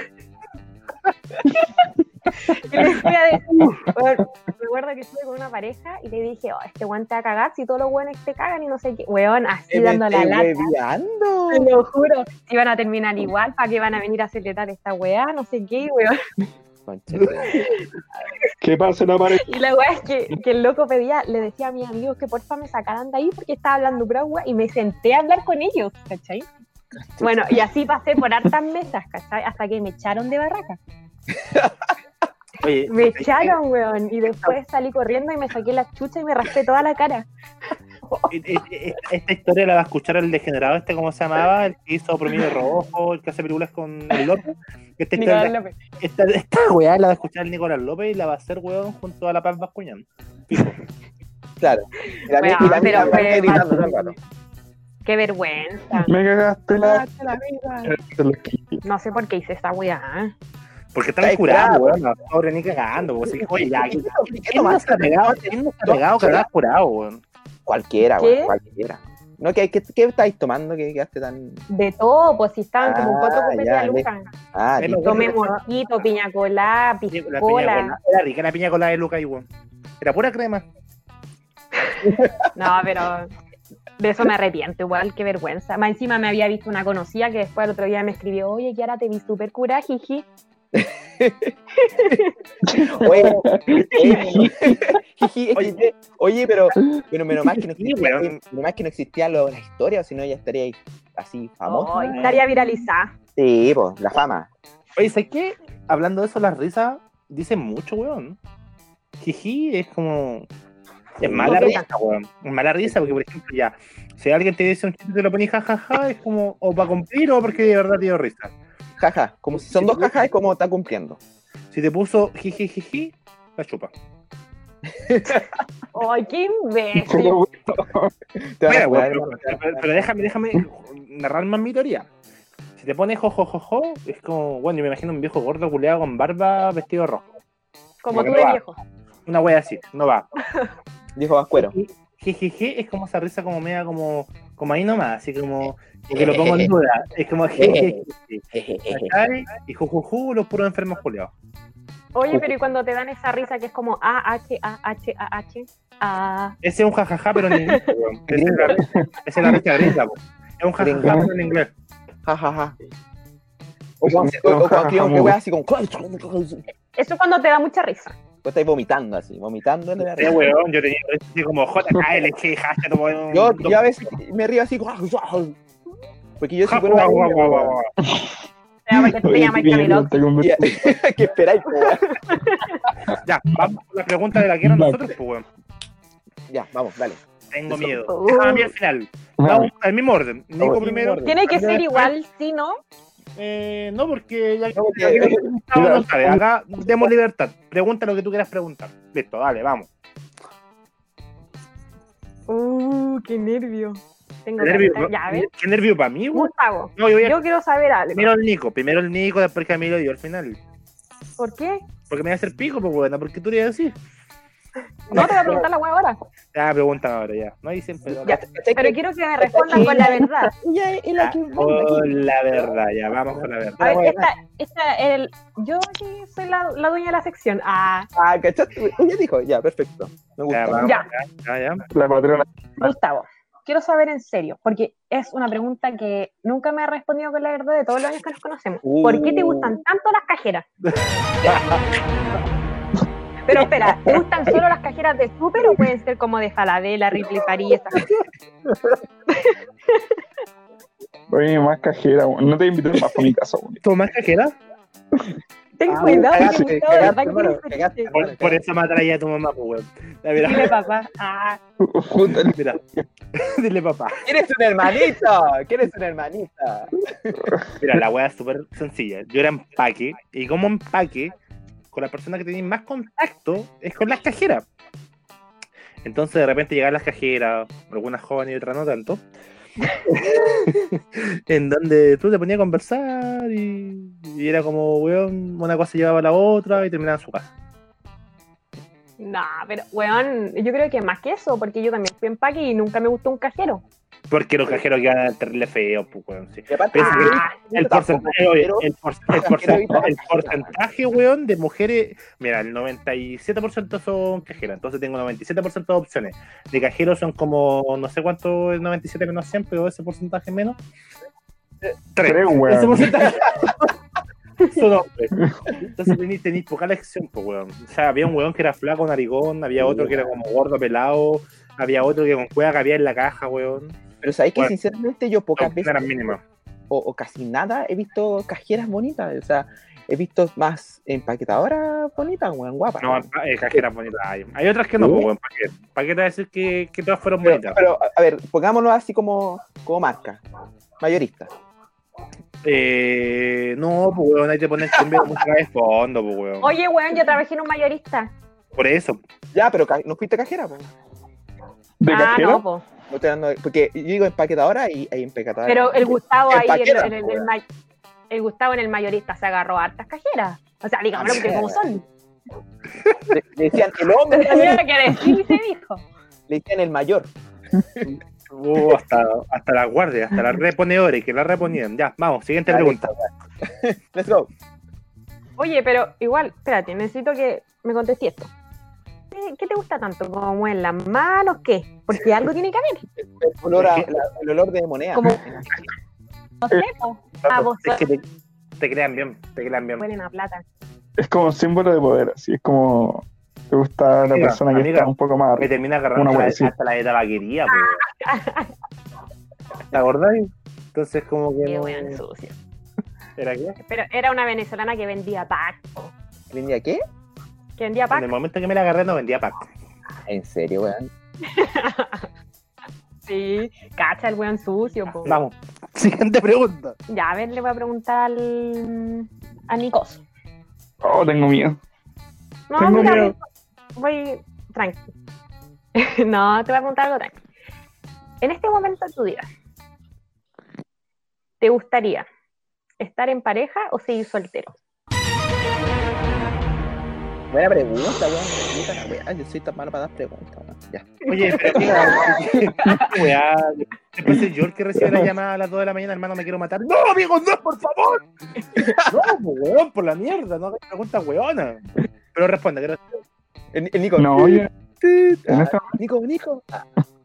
S4: Y les fui a decir, weón, recuerdo que estuve con una pareja y le dije, oh, este weón te va a cagar si todos los weones te cagan y no sé qué, weón, así dando la lata.
S2: Bebiando.
S4: Te lo juro, si van a terminar igual, ¿para qué van a venir a acelerar esta weá? No sé qué, weón.
S3: ¿Qué pasa en la pared?
S4: Y la weá es que, que el loco pedía, le decía a mis amigos que porfa me sacaran de ahí porque estaba hablando pura weá y me senté a hablar con ellos, ¿cachai? Bueno, y así pasé por hartas mesas, ¿cachai? Hasta que me echaron de barraca.
S1: Oye,
S4: Me echaron, weón, y después salí corriendo y me saqué la chucha y me raspé toda la cara.
S1: esta historia la va a escuchar el degenerado este, ¿cómo se llamaba? El que hizo Promedio Rojo, el que hace películas con el López. Esta,
S4: Nicolás
S1: historia-
S4: López.
S1: esta, esta weá la va a escuchar el Nicolás López y la va a hacer, weón, junto a la Paz Bascuñán. Fijo.
S2: Claro. Y la
S4: Weón,
S2: y la
S4: pero
S2: mina
S4: fue
S2: parte gritando todo el
S4: mal.
S2: rato.
S4: Qué vergüenza.
S3: Me cagaste la...
S2: la vida.
S4: No sé por qué hice esa weá. ¿eh?
S1: Porque estaba
S2: Está
S1: curado,
S2: curado.
S1: weón. No, pobre ni cagando, weón. Así que, oye, ya.
S2: ¿Qué
S1: ¿Quién no se ha pegado? ¿Quién no se ha pegado que estaba curado, weón?
S2: Cualquiera,
S4: ¿Qué?
S2: weón, cualquiera. No, ¿qué, qué, qué estáis tomando que quedaste tan...?
S4: De todo, pues si estaban como
S2: Ah,
S4: cuatro copetes
S2: ya,
S4: de Lucas.
S2: Ah,
S1: Me
S2: listo.
S4: Tomé mojito, piña colada,
S1: La piña
S4: piscola.
S1: colada. Era rica la piña colada de Luca, weón. Era pura crema.
S4: No, pero de eso me arrepiento, igual, qué vergüenza. Más encima me había visto una conocida que después el otro día me escribió, oye, Kiara, te vi súper cura, jiji.
S2: Oye, eh, jiji,
S1: Oye.
S2: X D. Oye, pero, pero menos mal que no
S1: Sí,
S2: existía,
S1: weón.
S2: menos mal que no existía lo, la historia, o si no ya estaría ahí así famoso.
S4: Oh, estaría viralizada.
S2: Sí, pues, la fama.
S1: Oye, ¿sabes qué? Hablando de eso, las risas dicen mucho, weón. Jiji es como... Es mala
S4: Ok.
S1: risa, weón. Es mala risa porque, por ejemplo, ya, si alguien te dice un chiste y te lo pones jajaja, es como o para cumplir o porque de verdad te dio risa.
S2: Jaja, como si son dos jajas, es como está cumpliendo.
S1: Si te puso jiji jiji, la chupa.
S4: ¡Ay, qué imbécil!
S2: Te van a
S1: Mira,
S2: jugar,
S1: weón,
S2: hermano.
S1: pero, pero- pero déjame, déjame narrar más mi teoría. Si te pones jojojojo, es como, bueno, yo me imagino un viejo gordo culeado con barba vestido rojo.
S4: Como tú
S1: Porque
S4: de
S1: no va.
S4: viejo.
S1: Una wea así, no va.
S2: Dijo Vascuero.
S1: Y jejeje es como esa risa como media como, como ahí nomás, así como, como que lo pongo en duda. Es como jejeje. ¿Cachai? Y jujuju, los puros enfermos culeados.
S4: Oye, pero ¿y cuando te dan esa risa que es como A, H, A, H, A, H? A...
S1: Ese es un jajaja, pero en inglés. weón. Esa es la risa- esa es la risa gringa, po. Es un jajaja,
S2: Gringa.
S1: pero en inglés.
S2: Jajaja. O cuando o- o cuando tiene un así como.
S4: Eso es cuando te da mucha risa.
S2: Pues estáis vomitando así, vomitando en la
S1: Sí, weón, yo tenía así como J K L, che, hashtag, como un-
S2: Yo, yo a veces me río así. Porque yo soy bueno
S1: Guau,
S2: para
S1: guau, guau,
S2: reírme,
S1: guau, guau.
S4: Te llama- te llama el Camilo.
S2: weón. ¿Qué esperáis, po, weón?
S1: Ya, vamos con la pregunta de la que eran nosotros, pues, weón.
S2: Ya, vamos, dale.
S1: Tengo miedo.
S4: Uh.
S1: Déjame a mí al final. Vamos al mismo orden. Nico
S2: Vamos,
S1: primero.
S2: orden.
S4: Tiene que
S1: Yo
S4: ser
S1: después.
S4: igual, ¿sí, no?
S1: Eh, no, porque ya
S2: No, porque-
S1: ya- no, no sabe. Acá demos libertad. Pregunta lo que tú quieras preguntar. Listo, dale, vamos.
S4: Uh, qué nervio. Tengo
S1: ¿Qué
S4: que
S1: nervio,
S4: apretar. Ya, a ver.
S1: ¿Qué nervio para mí, weón?
S4: Gustavo,
S1: No, yo voy a...
S4: yo quiero saber algo.
S1: Primero el Nico, primero el Nico, después Camilo y yo al final.
S4: ¿Por qué?
S1: Porque me voy a hacer pico, pues, weón. Porque tú le ibas a decir.
S4: No te voy a preguntar la hueá ahora.
S1: Ya, pregúntame ahora, ya. No hay siempre.
S4: Ya, pero quiero que me respondan con la verdad.
S2: Ella es la que manda aquí.
S1: Con la verdad, ya, vamos con la verdad.
S4: A ver, esta, esta, el, yo aquí soy la, la dueña de la sección. Ah,
S2: Ah, ¿cachaste? Ella dijo, ya, perfecto. Me
S1: Ya,
S2: gusta.
S1: vamos,
S4: Ya.
S1: ya, ya, ya.
S3: La patrona.
S4: Gustavo, quiero saber en serio, porque es una pregunta que nunca me ha respondido con la verdad de todos los años que nos conocemos. ¿Por qué te gustan tanto las cajeras? Pero espera, ¿te gustan solo las cajeras de súper o pueden ser como de Falabella, Ripley París, estas cosas?
S3: Oye, más cajera, weón. No te invito más para mi casa, weón.
S1: ¿Tomás cajera?
S4: Ten
S2: Ah,
S4: cuidado,
S2: cagaste,
S4: que Gustavo, de verdad
S2: cagaste,
S4: que tiene
S2: hermano,
S4: ese
S2: cagaste.
S4: chiste.
S1: Por, por eso me atraía a tu mamá, pues, weón. Ya, mira,
S4: Dile, papá. Ah,
S3: Puta,
S1: mira. Dile, papá.
S2: ¿Quieres un hermanito? ¿Quieres una hermanita?
S1: Mira, la weá es súper sencilla. Yo era empaque, y como empaque, con la persona que tenía más contacto es con las cajeras. Entonces, de repente llegaban las cajeras, algunas jóvenes y otras no tanto. en donde tú te ponías a conversar y, y era como, weón, una cosa llevaba a la otra y terminaba en su casa.
S4: No, pero, weón, yo creo que más que eso, porque yo también fui empaque y nunca me gustó un cajero.
S1: Porque los cajeros quedan terrible feos, pues, weón. Sí.
S2: Y aparte,
S1: Pero es que
S4: Ah,
S1: el,
S2: yo
S1: porcentaje,
S2: tampoco,
S1: oye,
S2: pero-
S1: el, por- el porcentaje, el porcentaje, weón, de mujeres, mira, el noventa y siete por ciento son cajeras, entonces tengo noventa y siete por ciento de opciones. De cajeros son como, no sé cuánto es noventa y siete menos cien, pero ese porcentaje menos. Tres.
S3: Tres,
S1: Ese
S3: weón.
S1: porcentaje son hombres. Entonces tenéis, tenéis poca elección, pues, weón. O sea, había un weón que era flaco, narigón, había otro que era como gordo, pelado, había otro que con cueva cabía en la caja, weón.
S2: Pero sabéis que
S1: Bueno,
S2: sinceramente yo pocas
S1: No,
S2: veces
S1: eran mínimas.
S2: o, o casi nada he visto cajeras bonitas. O sea, he visto más empaquetadoras bonitas, weón, guapas.
S1: No, eh, cajeras bonitas hay. Hay otras que no,
S2: ¿Sí?
S1: pues, weón. ¿Para qué? ¿Para qué te voy a decir que, que todas fueron
S2: pero,
S1: bonitas?
S2: pero, a ver, pongámoslo así como, como marca. Mayorista.
S1: Eh, no, pues, weón, hay que poner cumbia de música de fondo, pues, weón.
S4: Oye, weón, yo trabajé en un mayorista.
S1: Por eso.
S2: Ya, pero ca- no fuiste cajera, pues.
S3: ¿De
S4: Ah,
S3: cajera?
S4: no, po.
S2: No te dando- porque yo digo empaquetadora y hay empaquetadora.
S4: Pero el Gustavo ahí,
S2: Empaquera,
S4: en el,
S2: weón.
S4: ma- el Gustavo en el mayorista se agarró hartas cajeras. O sea, digámoslo porque como son.
S2: le, le decían el hombre,
S4: Tenía que decir y se dijo.
S2: le decían el mayor.
S1: Uh, hasta, hasta las guardias, hasta las reponedores que la reponían. Ya, vamos, siguiente
S2: Dale.
S1: pregunta.
S2: Let's go.
S4: Oye, pero igual, espérate, necesito que me contestes esto. ¿Qué, qué te gusta tanto? ¿Como en las manos? ¿Qué? Porque algo tiene que haber.
S2: El olor, a- la- el olor de moneda.
S4: Como- No sé, po. Ah, vos
S1: Es que te, te crean bien, te crean bien.
S4: huelen a plata.
S3: Es como un símbolo de poder, así es como te gusta la
S1: Amiga,
S3: persona que
S1: amiga,
S3: está un poco más
S1: Me
S3: arriba.
S1: termina agarrando
S3: Una
S1: hasta,
S3: wea
S1: la,
S3: así.
S1: hasta la de tabaquería, pues. ¿Te acordáis? Entonces, como que.
S4: Qué
S1: no-
S4: weón sucio.
S1: ¿Era qué?
S4: Pero era una venezolana que vendía pack.
S2: ¿Vendía qué?
S4: Que vendía
S1: En
S4: pack.
S1: el momento que me la agarré, no vendía pack.
S2: En serio, weón.
S4: Sí, cacha el weón sucio, po.
S1: Vamos, siguiente pregunta.
S4: Ya, a ver, le voy a preguntar al... a Nicos.
S3: Oh, tengo miedo.
S4: No,
S3: Tengo
S4: mira,
S3: miedo.
S4: voy, voy tranqui. No, te voy a preguntar algo tranqui. En este momento de tu vida, ¿te gustaría estar en pareja o seguir soltero?
S2: Buena pregunta, weón. Puta la weá, yo soy tan malo para dar preguntas, weón. Ya.
S1: Oye, pero mira, weá, después soy yo el que recibe la llamada a las dos de la mañana, hermano, me quiero matar. ¡No, amigos, no, por favor! No, pues, weón, por la mierda, no hagas preguntas weonas. Pero responde, quiero...
S2: El, el Nico.
S3: No, oye, en
S2: Ah,
S3: este,
S2: Nico, Nico. Ah,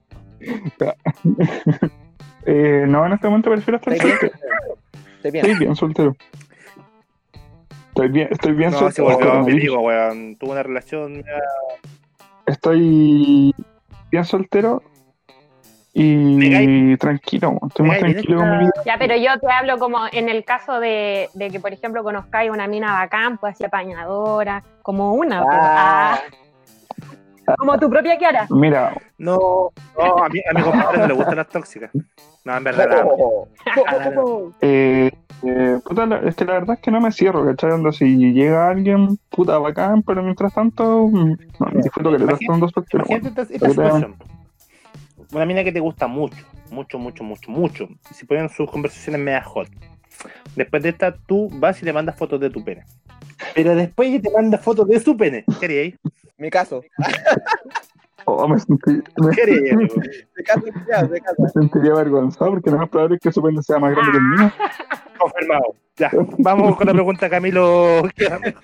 S3: eh, no, en este momento prefiero estar
S2: ¿estáis bien?
S3: soltero.
S2: Estoy bien.
S3: Estoy bien soltero. Estoy bien, estoy bien
S1: No, se
S3: soltero.
S1: volvió
S3: coronavirus.
S1: amigo, weón. Tuvo una relación... mira,
S3: Estoy bien soltero
S1: Me
S3: y tranquilo, weón. Estoy
S1: me
S3: más
S1: cae bien
S3: tranquilo con mi
S1: esta-
S3: vida.
S4: Ya, pero yo te hablo como en el caso de, de que, por ejemplo, conozcáis una mina bacán, pues así apañadora, como una, pues,
S2: Ah,
S4: ah, como tu propia Kiara.
S3: Mira,
S1: No, no, a mi, a mi compadre no le gustan las tóxicas. No, en verdad, nada.
S2: oh, oh, oh, oh.
S3: eh, eh, puta, la- es que la verdad es que no me cierro, ¿cachai? Onda, si llega alguien, puta, bacán, pero mientras tanto, mm, no, disfruto que le das
S1: Imagínate-
S3: dos soltero, weón.
S1: Imagínate esta, esta situación. Una mina que te gusta mucho, mucho, mucho, mucho, mucho. Y se ponen sus conversaciones media hot. Después de esta, tú vas y le mandas fotos de tu pene. Pero después ella te manda fotos de su pene. ¿Qué haríais?
S2: Mi caso.
S3: Oh, me, sentí- me-
S1: ¿Qué haríais, amigo?
S2: De caso, ya, de caso.
S3: me sentiría avergonzado porque lo más probable es que su pene sea más grande que el mío.
S1: Confirmado. Ya, vamos con la pregunta, Camilo. ¿Queda mejor?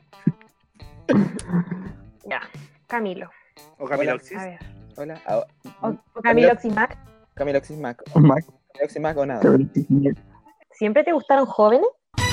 S4: Ya, Camilo.
S1: O Camilo
S2: Hola.
S1: Oxis.
S4: A ver.
S2: Hola. ah,
S4: O, o Camilo Oximac,
S2: Camilo Oxismac.
S3: Mac,
S2: Camilo Oxismac o nada.
S3: cabrón.
S4: ¿siempre te gustaron jóvenes?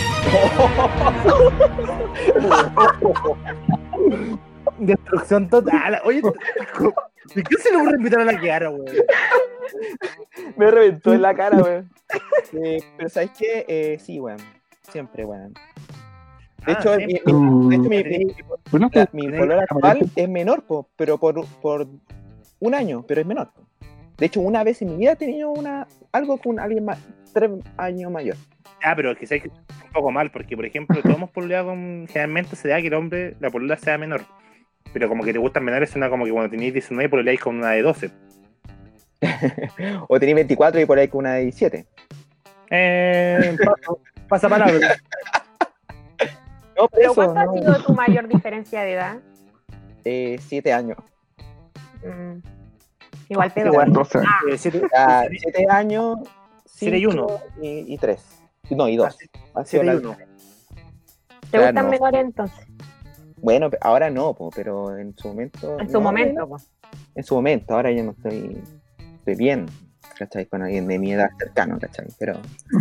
S1: Destrucción total. Oye, ¿de qué se le ocurre invitar a la Kiara, weón?
S2: Me reventó en la cara, weón. Eh, pero ¿sabes qué? Eh, sí, weón. Siempre, weón. De
S1: Ah,
S2: hecho,
S1: sí.
S2: mi, mi- de hecho, mi, mi,
S3: Bueno,
S2: la-
S3: que
S2: mi
S1: sí,
S2: polola
S3: la
S2: actual
S3: mayoría-
S2: es menor, po, pero por, por un año, pero es menor. Po. De hecho, una vez en mi vida he tenido una, algo con alguien más, tres años mayor.
S1: Ah, pero es que sabes que es un poco mal, porque por ejemplo, todos hemos pololeado con. Generalmente se da que el hombre, la polola sea menor. Pero como que te gustan menores, suena como que cuando tenéis diecinueve pololeáis con una de doce.
S2: O tenés veinticuatro y por ahí con una de diecisiete.
S1: Eh, pasa, pasa palabra.
S2: No, por
S4: ¿Pero
S2: eso,
S4: cuánto
S2: no.
S4: ha sido tu mayor diferencia de edad?
S2: Eh, siete años.
S4: Mm. Igual te
S1: Qué
S4: doy.
S1: bueno.
S3: Doce.
S1: Eh, siete,
S2: Ah,
S1: siete-
S2: siete años,
S1: Siete y
S2: cinco
S1: uno.
S2: y, y tres. No, y dos. Ha sido
S1: siete y
S2: la-
S1: uno.
S4: ¿Te
S2: claro,
S4: gustan
S2: no.
S4: menores entonces?
S2: Bueno, pe- ahora no, po, pero en su momento.
S4: En su
S2: no,
S4: momento, po.
S2: En su momento, ahora yo no estoy, estoy bien, ¿cachai? Con alguien de mi edad cercano, ¿cachai? Pero.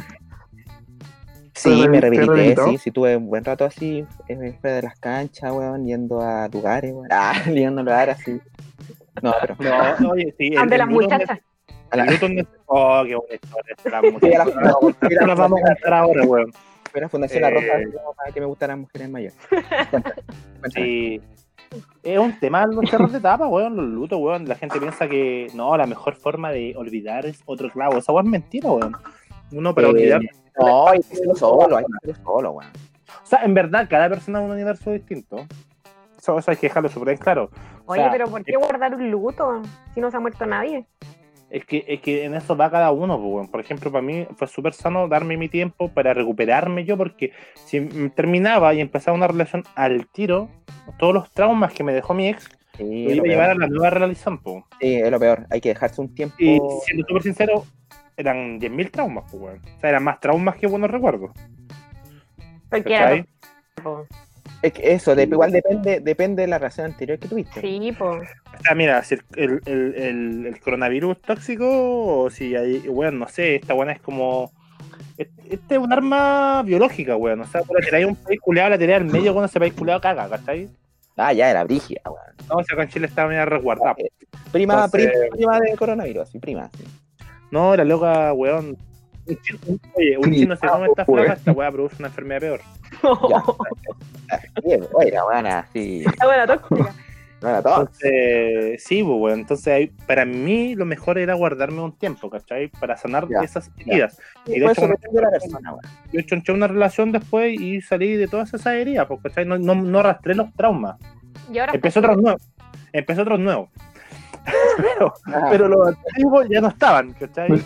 S2: Sí,
S3: ¿Te
S2: me
S3: re- te
S2: rehabilité,
S3: rehabilitó?
S2: sí, sí, tuve un buen rato así, eh, fuera de las canchas, weón, yendo a lugares, weón. Ah, yendo a lugares así. No, pero.
S1: No, oye, sí.
S4: Ande las
S1: Luton-
S4: muchachas.
S2: A la,
S1: el Luton de- Oh, qué buena historia. de las
S2: fui a
S1: muchachas.
S2: la, no, fui a
S1: Esto
S2: la-
S1: las vamos a contar ahora, weón.
S2: fui a la Fundación
S1: Eh,
S2: La Rosa así como para que me gustaran mujeres mayores. Cuéntame, cuéntame.
S1: Sí. Es un tema los cerros de tapa, weón, los lutos, weón. La gente piensa que no, la mejor forma de olvidar es otro clavo. Esa weón es mentira, weón. Uno para
S2: Eh,
S1: olvidar.
S2: No, hay que hacerlo solo, hay que hacerlo solo, weón.
S1: O sea, en verdad, cada persona es un universo distinto. Eso, eso hay que dejarlo súper claro. O
S4: Oye,
S1: sea,
S4: pero ¿por qué guardar un luto si no se ha muerto nadie?
S1: Es que, es que en eso va cada uno, pues, weón. Por ejemplo, para mí fue súper sano darme mi tiempo para recuperarme yo, porque si m- terminaba y empezaba una relación al tiro, todos los traumas que me dejó mi ex,
S2: Sí,
S1: lo
S2: es
S1: iba
S2: lo
S1: a llevar a
S2: peor.
S1: la nueva relación, pues.
S2: Sí, es lo peor. Hay que dejarse un tiempo.
S1: Y siendo súper sincero, eran diez mil traumas, pues, weón. O sea, eran más traumas que buenos recuerdos.
S4: Porque era
S1: ¿Cachai?
S4: po.
S2: Es que eso, de- igual depende, depende de la relación anterior que tuviste.
S4: Sí, po.
S1: O sea, mira, si el, el, el, el- el coronavirus es tóxico, o si hay, weón, no sé, esta buena es como. Este es un arma biológica, weón. O sea, tú la tiráis a un país culeado, la tiráis al medio cuando ese país culeado caga, ¿cachai?
S2: Ah, ya era brígida, weón.
S1: No, o sea, acá en Chile estaba medio resguardado.
S2: Eh, Prima,
S1: Entonces-
S2: prima, prima de coronavirus, sí, prima. Sí.
S1: No, la loca, weón. Un chino- un- Oye, un chino se come esta flaca, esta weá produce una enfermedad peor.
S2: Ya. Bien, oiga, buena, sí.
S4: Está buena tóxica.
S2: Buena, todo.
S1: Entonces, sí, pues, weón. Entonces, ahí, para mí, lo mejor era guardarme un tiempo, ¿cachai? Para sanar
S2: Ya,
S1: esas heridas. Y de
S2: Por
S1: hecho,
S2: eso depende de la persona, weón.
S1: yo chonché una relación después y salí de todas esas heridas, pues, ¿cachai? No, no, no arrastré los traumas.
S4: Y ahora
S1: Empezó otros nuevos. Empezó otros nuevos. pero,
S2: Ajá.
S1: pero los antiguos ya no estaban, ¿cachai?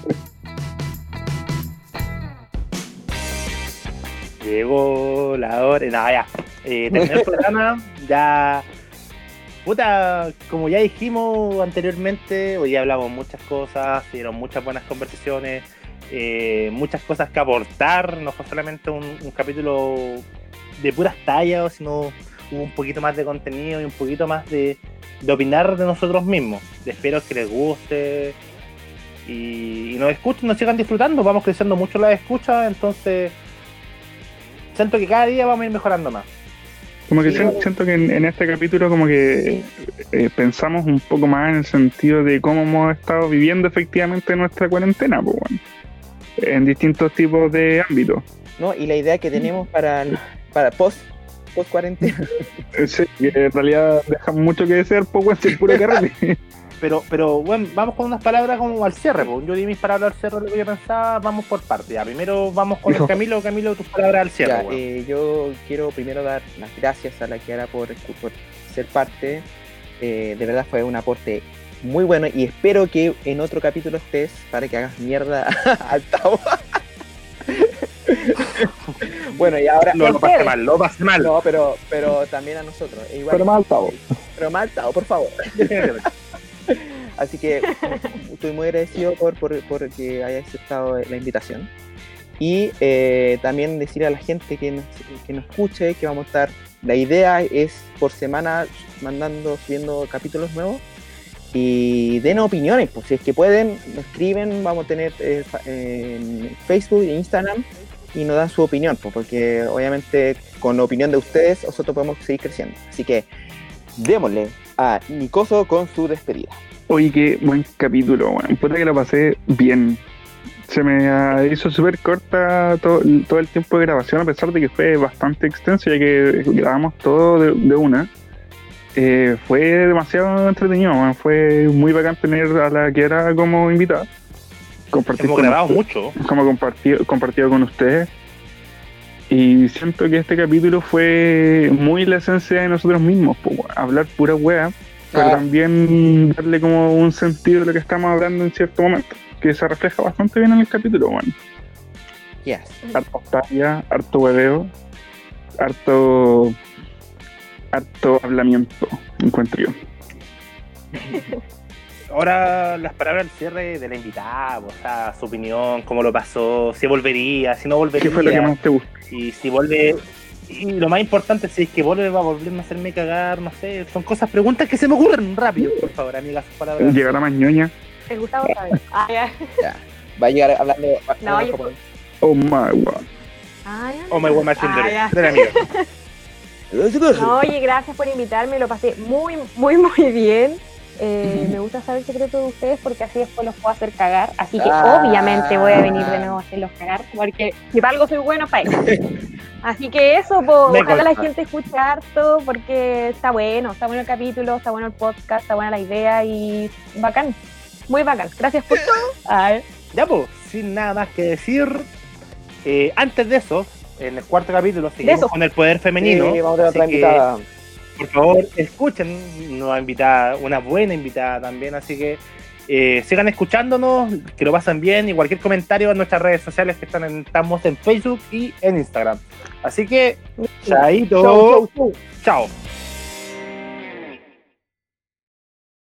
S1: Llegó la hora. No, ya. Eh, terminé el programa. Ya. Puta, como ya dijimos anteriormente, hoy día hablamos muchas cosas, se dieron muchas buenas conversaciones, eh, muchas cosas que aportar. No fue solamente un, un capítulo de puras tallas, sino hubo un poquito más de contenido y un poquito más de, de opinar de nosotros mismos. Espero que les guste y, y nos escuchen, nos sigan disfrutando. Vamos creciendo mucho las escuchas, entonces siento que cada día vamos a ir mejorando más.
S3: Como que
S2: Sí,
S3: sien-
S2: bueno.
S3: siento que en, en este capítulo como que eh, pensamos un poco más en el sentido de cómo hemos estado viviendo efectivamente nuestra cuarentena, pues, bueno, en distintos tipos de ámbitos.
S2: ¿No? Y la idea que tenemos para, para post, post cuarentena.
S3: Eh, Sí, que en realidad dejan mucho que desear, pues, bueno, si es puro carrete.
S1: Pero, pero bueno, vamos con unas palabras como al cierre. Pues. Yo di mis palabras al cierre, lo que yo pensaba, vamos por parte. Ya, primero vamos con el Camilo. Camilo, tus palabras al cierre.
S2: Ya,
S1: weón.
S2: eh, yo quiero primero dar las gracias a la Kiara por, por ser parte. Eh, de verdad fue un aporte muy bueno y espero que en otro capítulo estés para que hagas mierda al Tavo. Bueno, y ahora.
S1: lo, lo pasé mal, lo pasé mal.
S2: No, pero, pero también a nosotros. e Igual,
S3: Pero mal, Tavo.
S2: pero mal, Tavo, por favor. Así que estoy muy agradecido por, por, por que hayas aceptado la invitación. Y eh, también decirle a la gente que nos, que nos escuche que vamos a estar. La idea es por semana mandando, subiendo capítulos nuevos. Y den opiniones, pues si es que pueden, nos escriben, vamos a tener eh, fa- eh, en Facebook e Instagram y nos dan su opinión, pues, porque obviamente con la opinión de ustedes nosotros podemos seguir creciendo. Así que démosle a Nicoso con su despedida.
S3: Oye, qué buen capítulo, weón. Puta que lo pasé bien. Se me ah, hizo súper corta todo, todo el tiempo de grabación, a pesar de que fue bastante extenso, ya que grabamos todo de, de una. Eh, fue demasiado entretenido, weón. Fue muy bacán tener a la Kiara como invitada. Compartir
S1: Hemos
S3: con
S1: grabado
S3: usted-
S1: mucho.
S3: como compartido, compartido con ustedes. Y siento que este capítulo fue muy la esencia de nosotros mismos, po, weón. Hablar pura wea pero
S2: Ah.
S3: también darle como un sentido a lo que estamos hablando en cierto momento, que se refleja bastante bien en el capítulo, bueno.
S2: Yes.
S3: Harto talla, harto hueveo, harto harto hablamiento, encuentro yo.
S1: Ahora las palabras al cierre de la invitada, o sea, su opinión, cómo lo pasó, si volvería, si no volvería.
S3: ¿Qué fue lo que más te gustó?
S1: Y si vuelve, y lo más importante, si es que vuelve, va a volver a hacerme cagar, no sé, son cosas, preguntas que se me ocurren rápido, por favor, amigas, sus palabras.
S3: ¿Llegará más ñoña?
S4: El Gustavo sabe. Ah, ya.
S2: Ya. Va a llegar hablando.
S4: No,
S2: hablando
S4: yo-
S2: japonés.
S3: Oh my god.
S4: Ah, ya.
S1: Oh my god, Machine
S4: Ah, ya.
S1: de la amiga.
S4: No, oye, gracias por invitarme, lo pasé muy, muy, muy bien. Eh, me gusta saber el secreto de ustedes porque así después los puedo hacer cagar. Así que
S2: Ah.
S4: obviamente voy a venir de nuevo a hacerlos cagar porque si para algo soy bueno, para eso. Así que eso, po,
S1: Me
S4: ojalá la
S1: consta.
S4: gente escuche harto porque está bueno, está bueno el capítulo, está bueno el podcast, está buena la idea y bacán, muy bacán. Gracias por todo. Ay.
S1: Ya pues, sin nada más que decir, eh, antes de eso, en el cuarto capítulo seguimos
S4: eso.
S1: con el poder femenino.
S2: Sí, vamos a tener
S1: así
S2: otra
S1: que,
S2: invitada.
S1: por favor, escuchen una invitada, una buena invitada también, así que eh, sigan escuchándonos, que lo pasen bien y cualquier comentario en nuestras redes sociales que están en, estamos en Facebook y en Instagram. Así que, chaito,
S4: Chau, chau, chau.
S1: chao.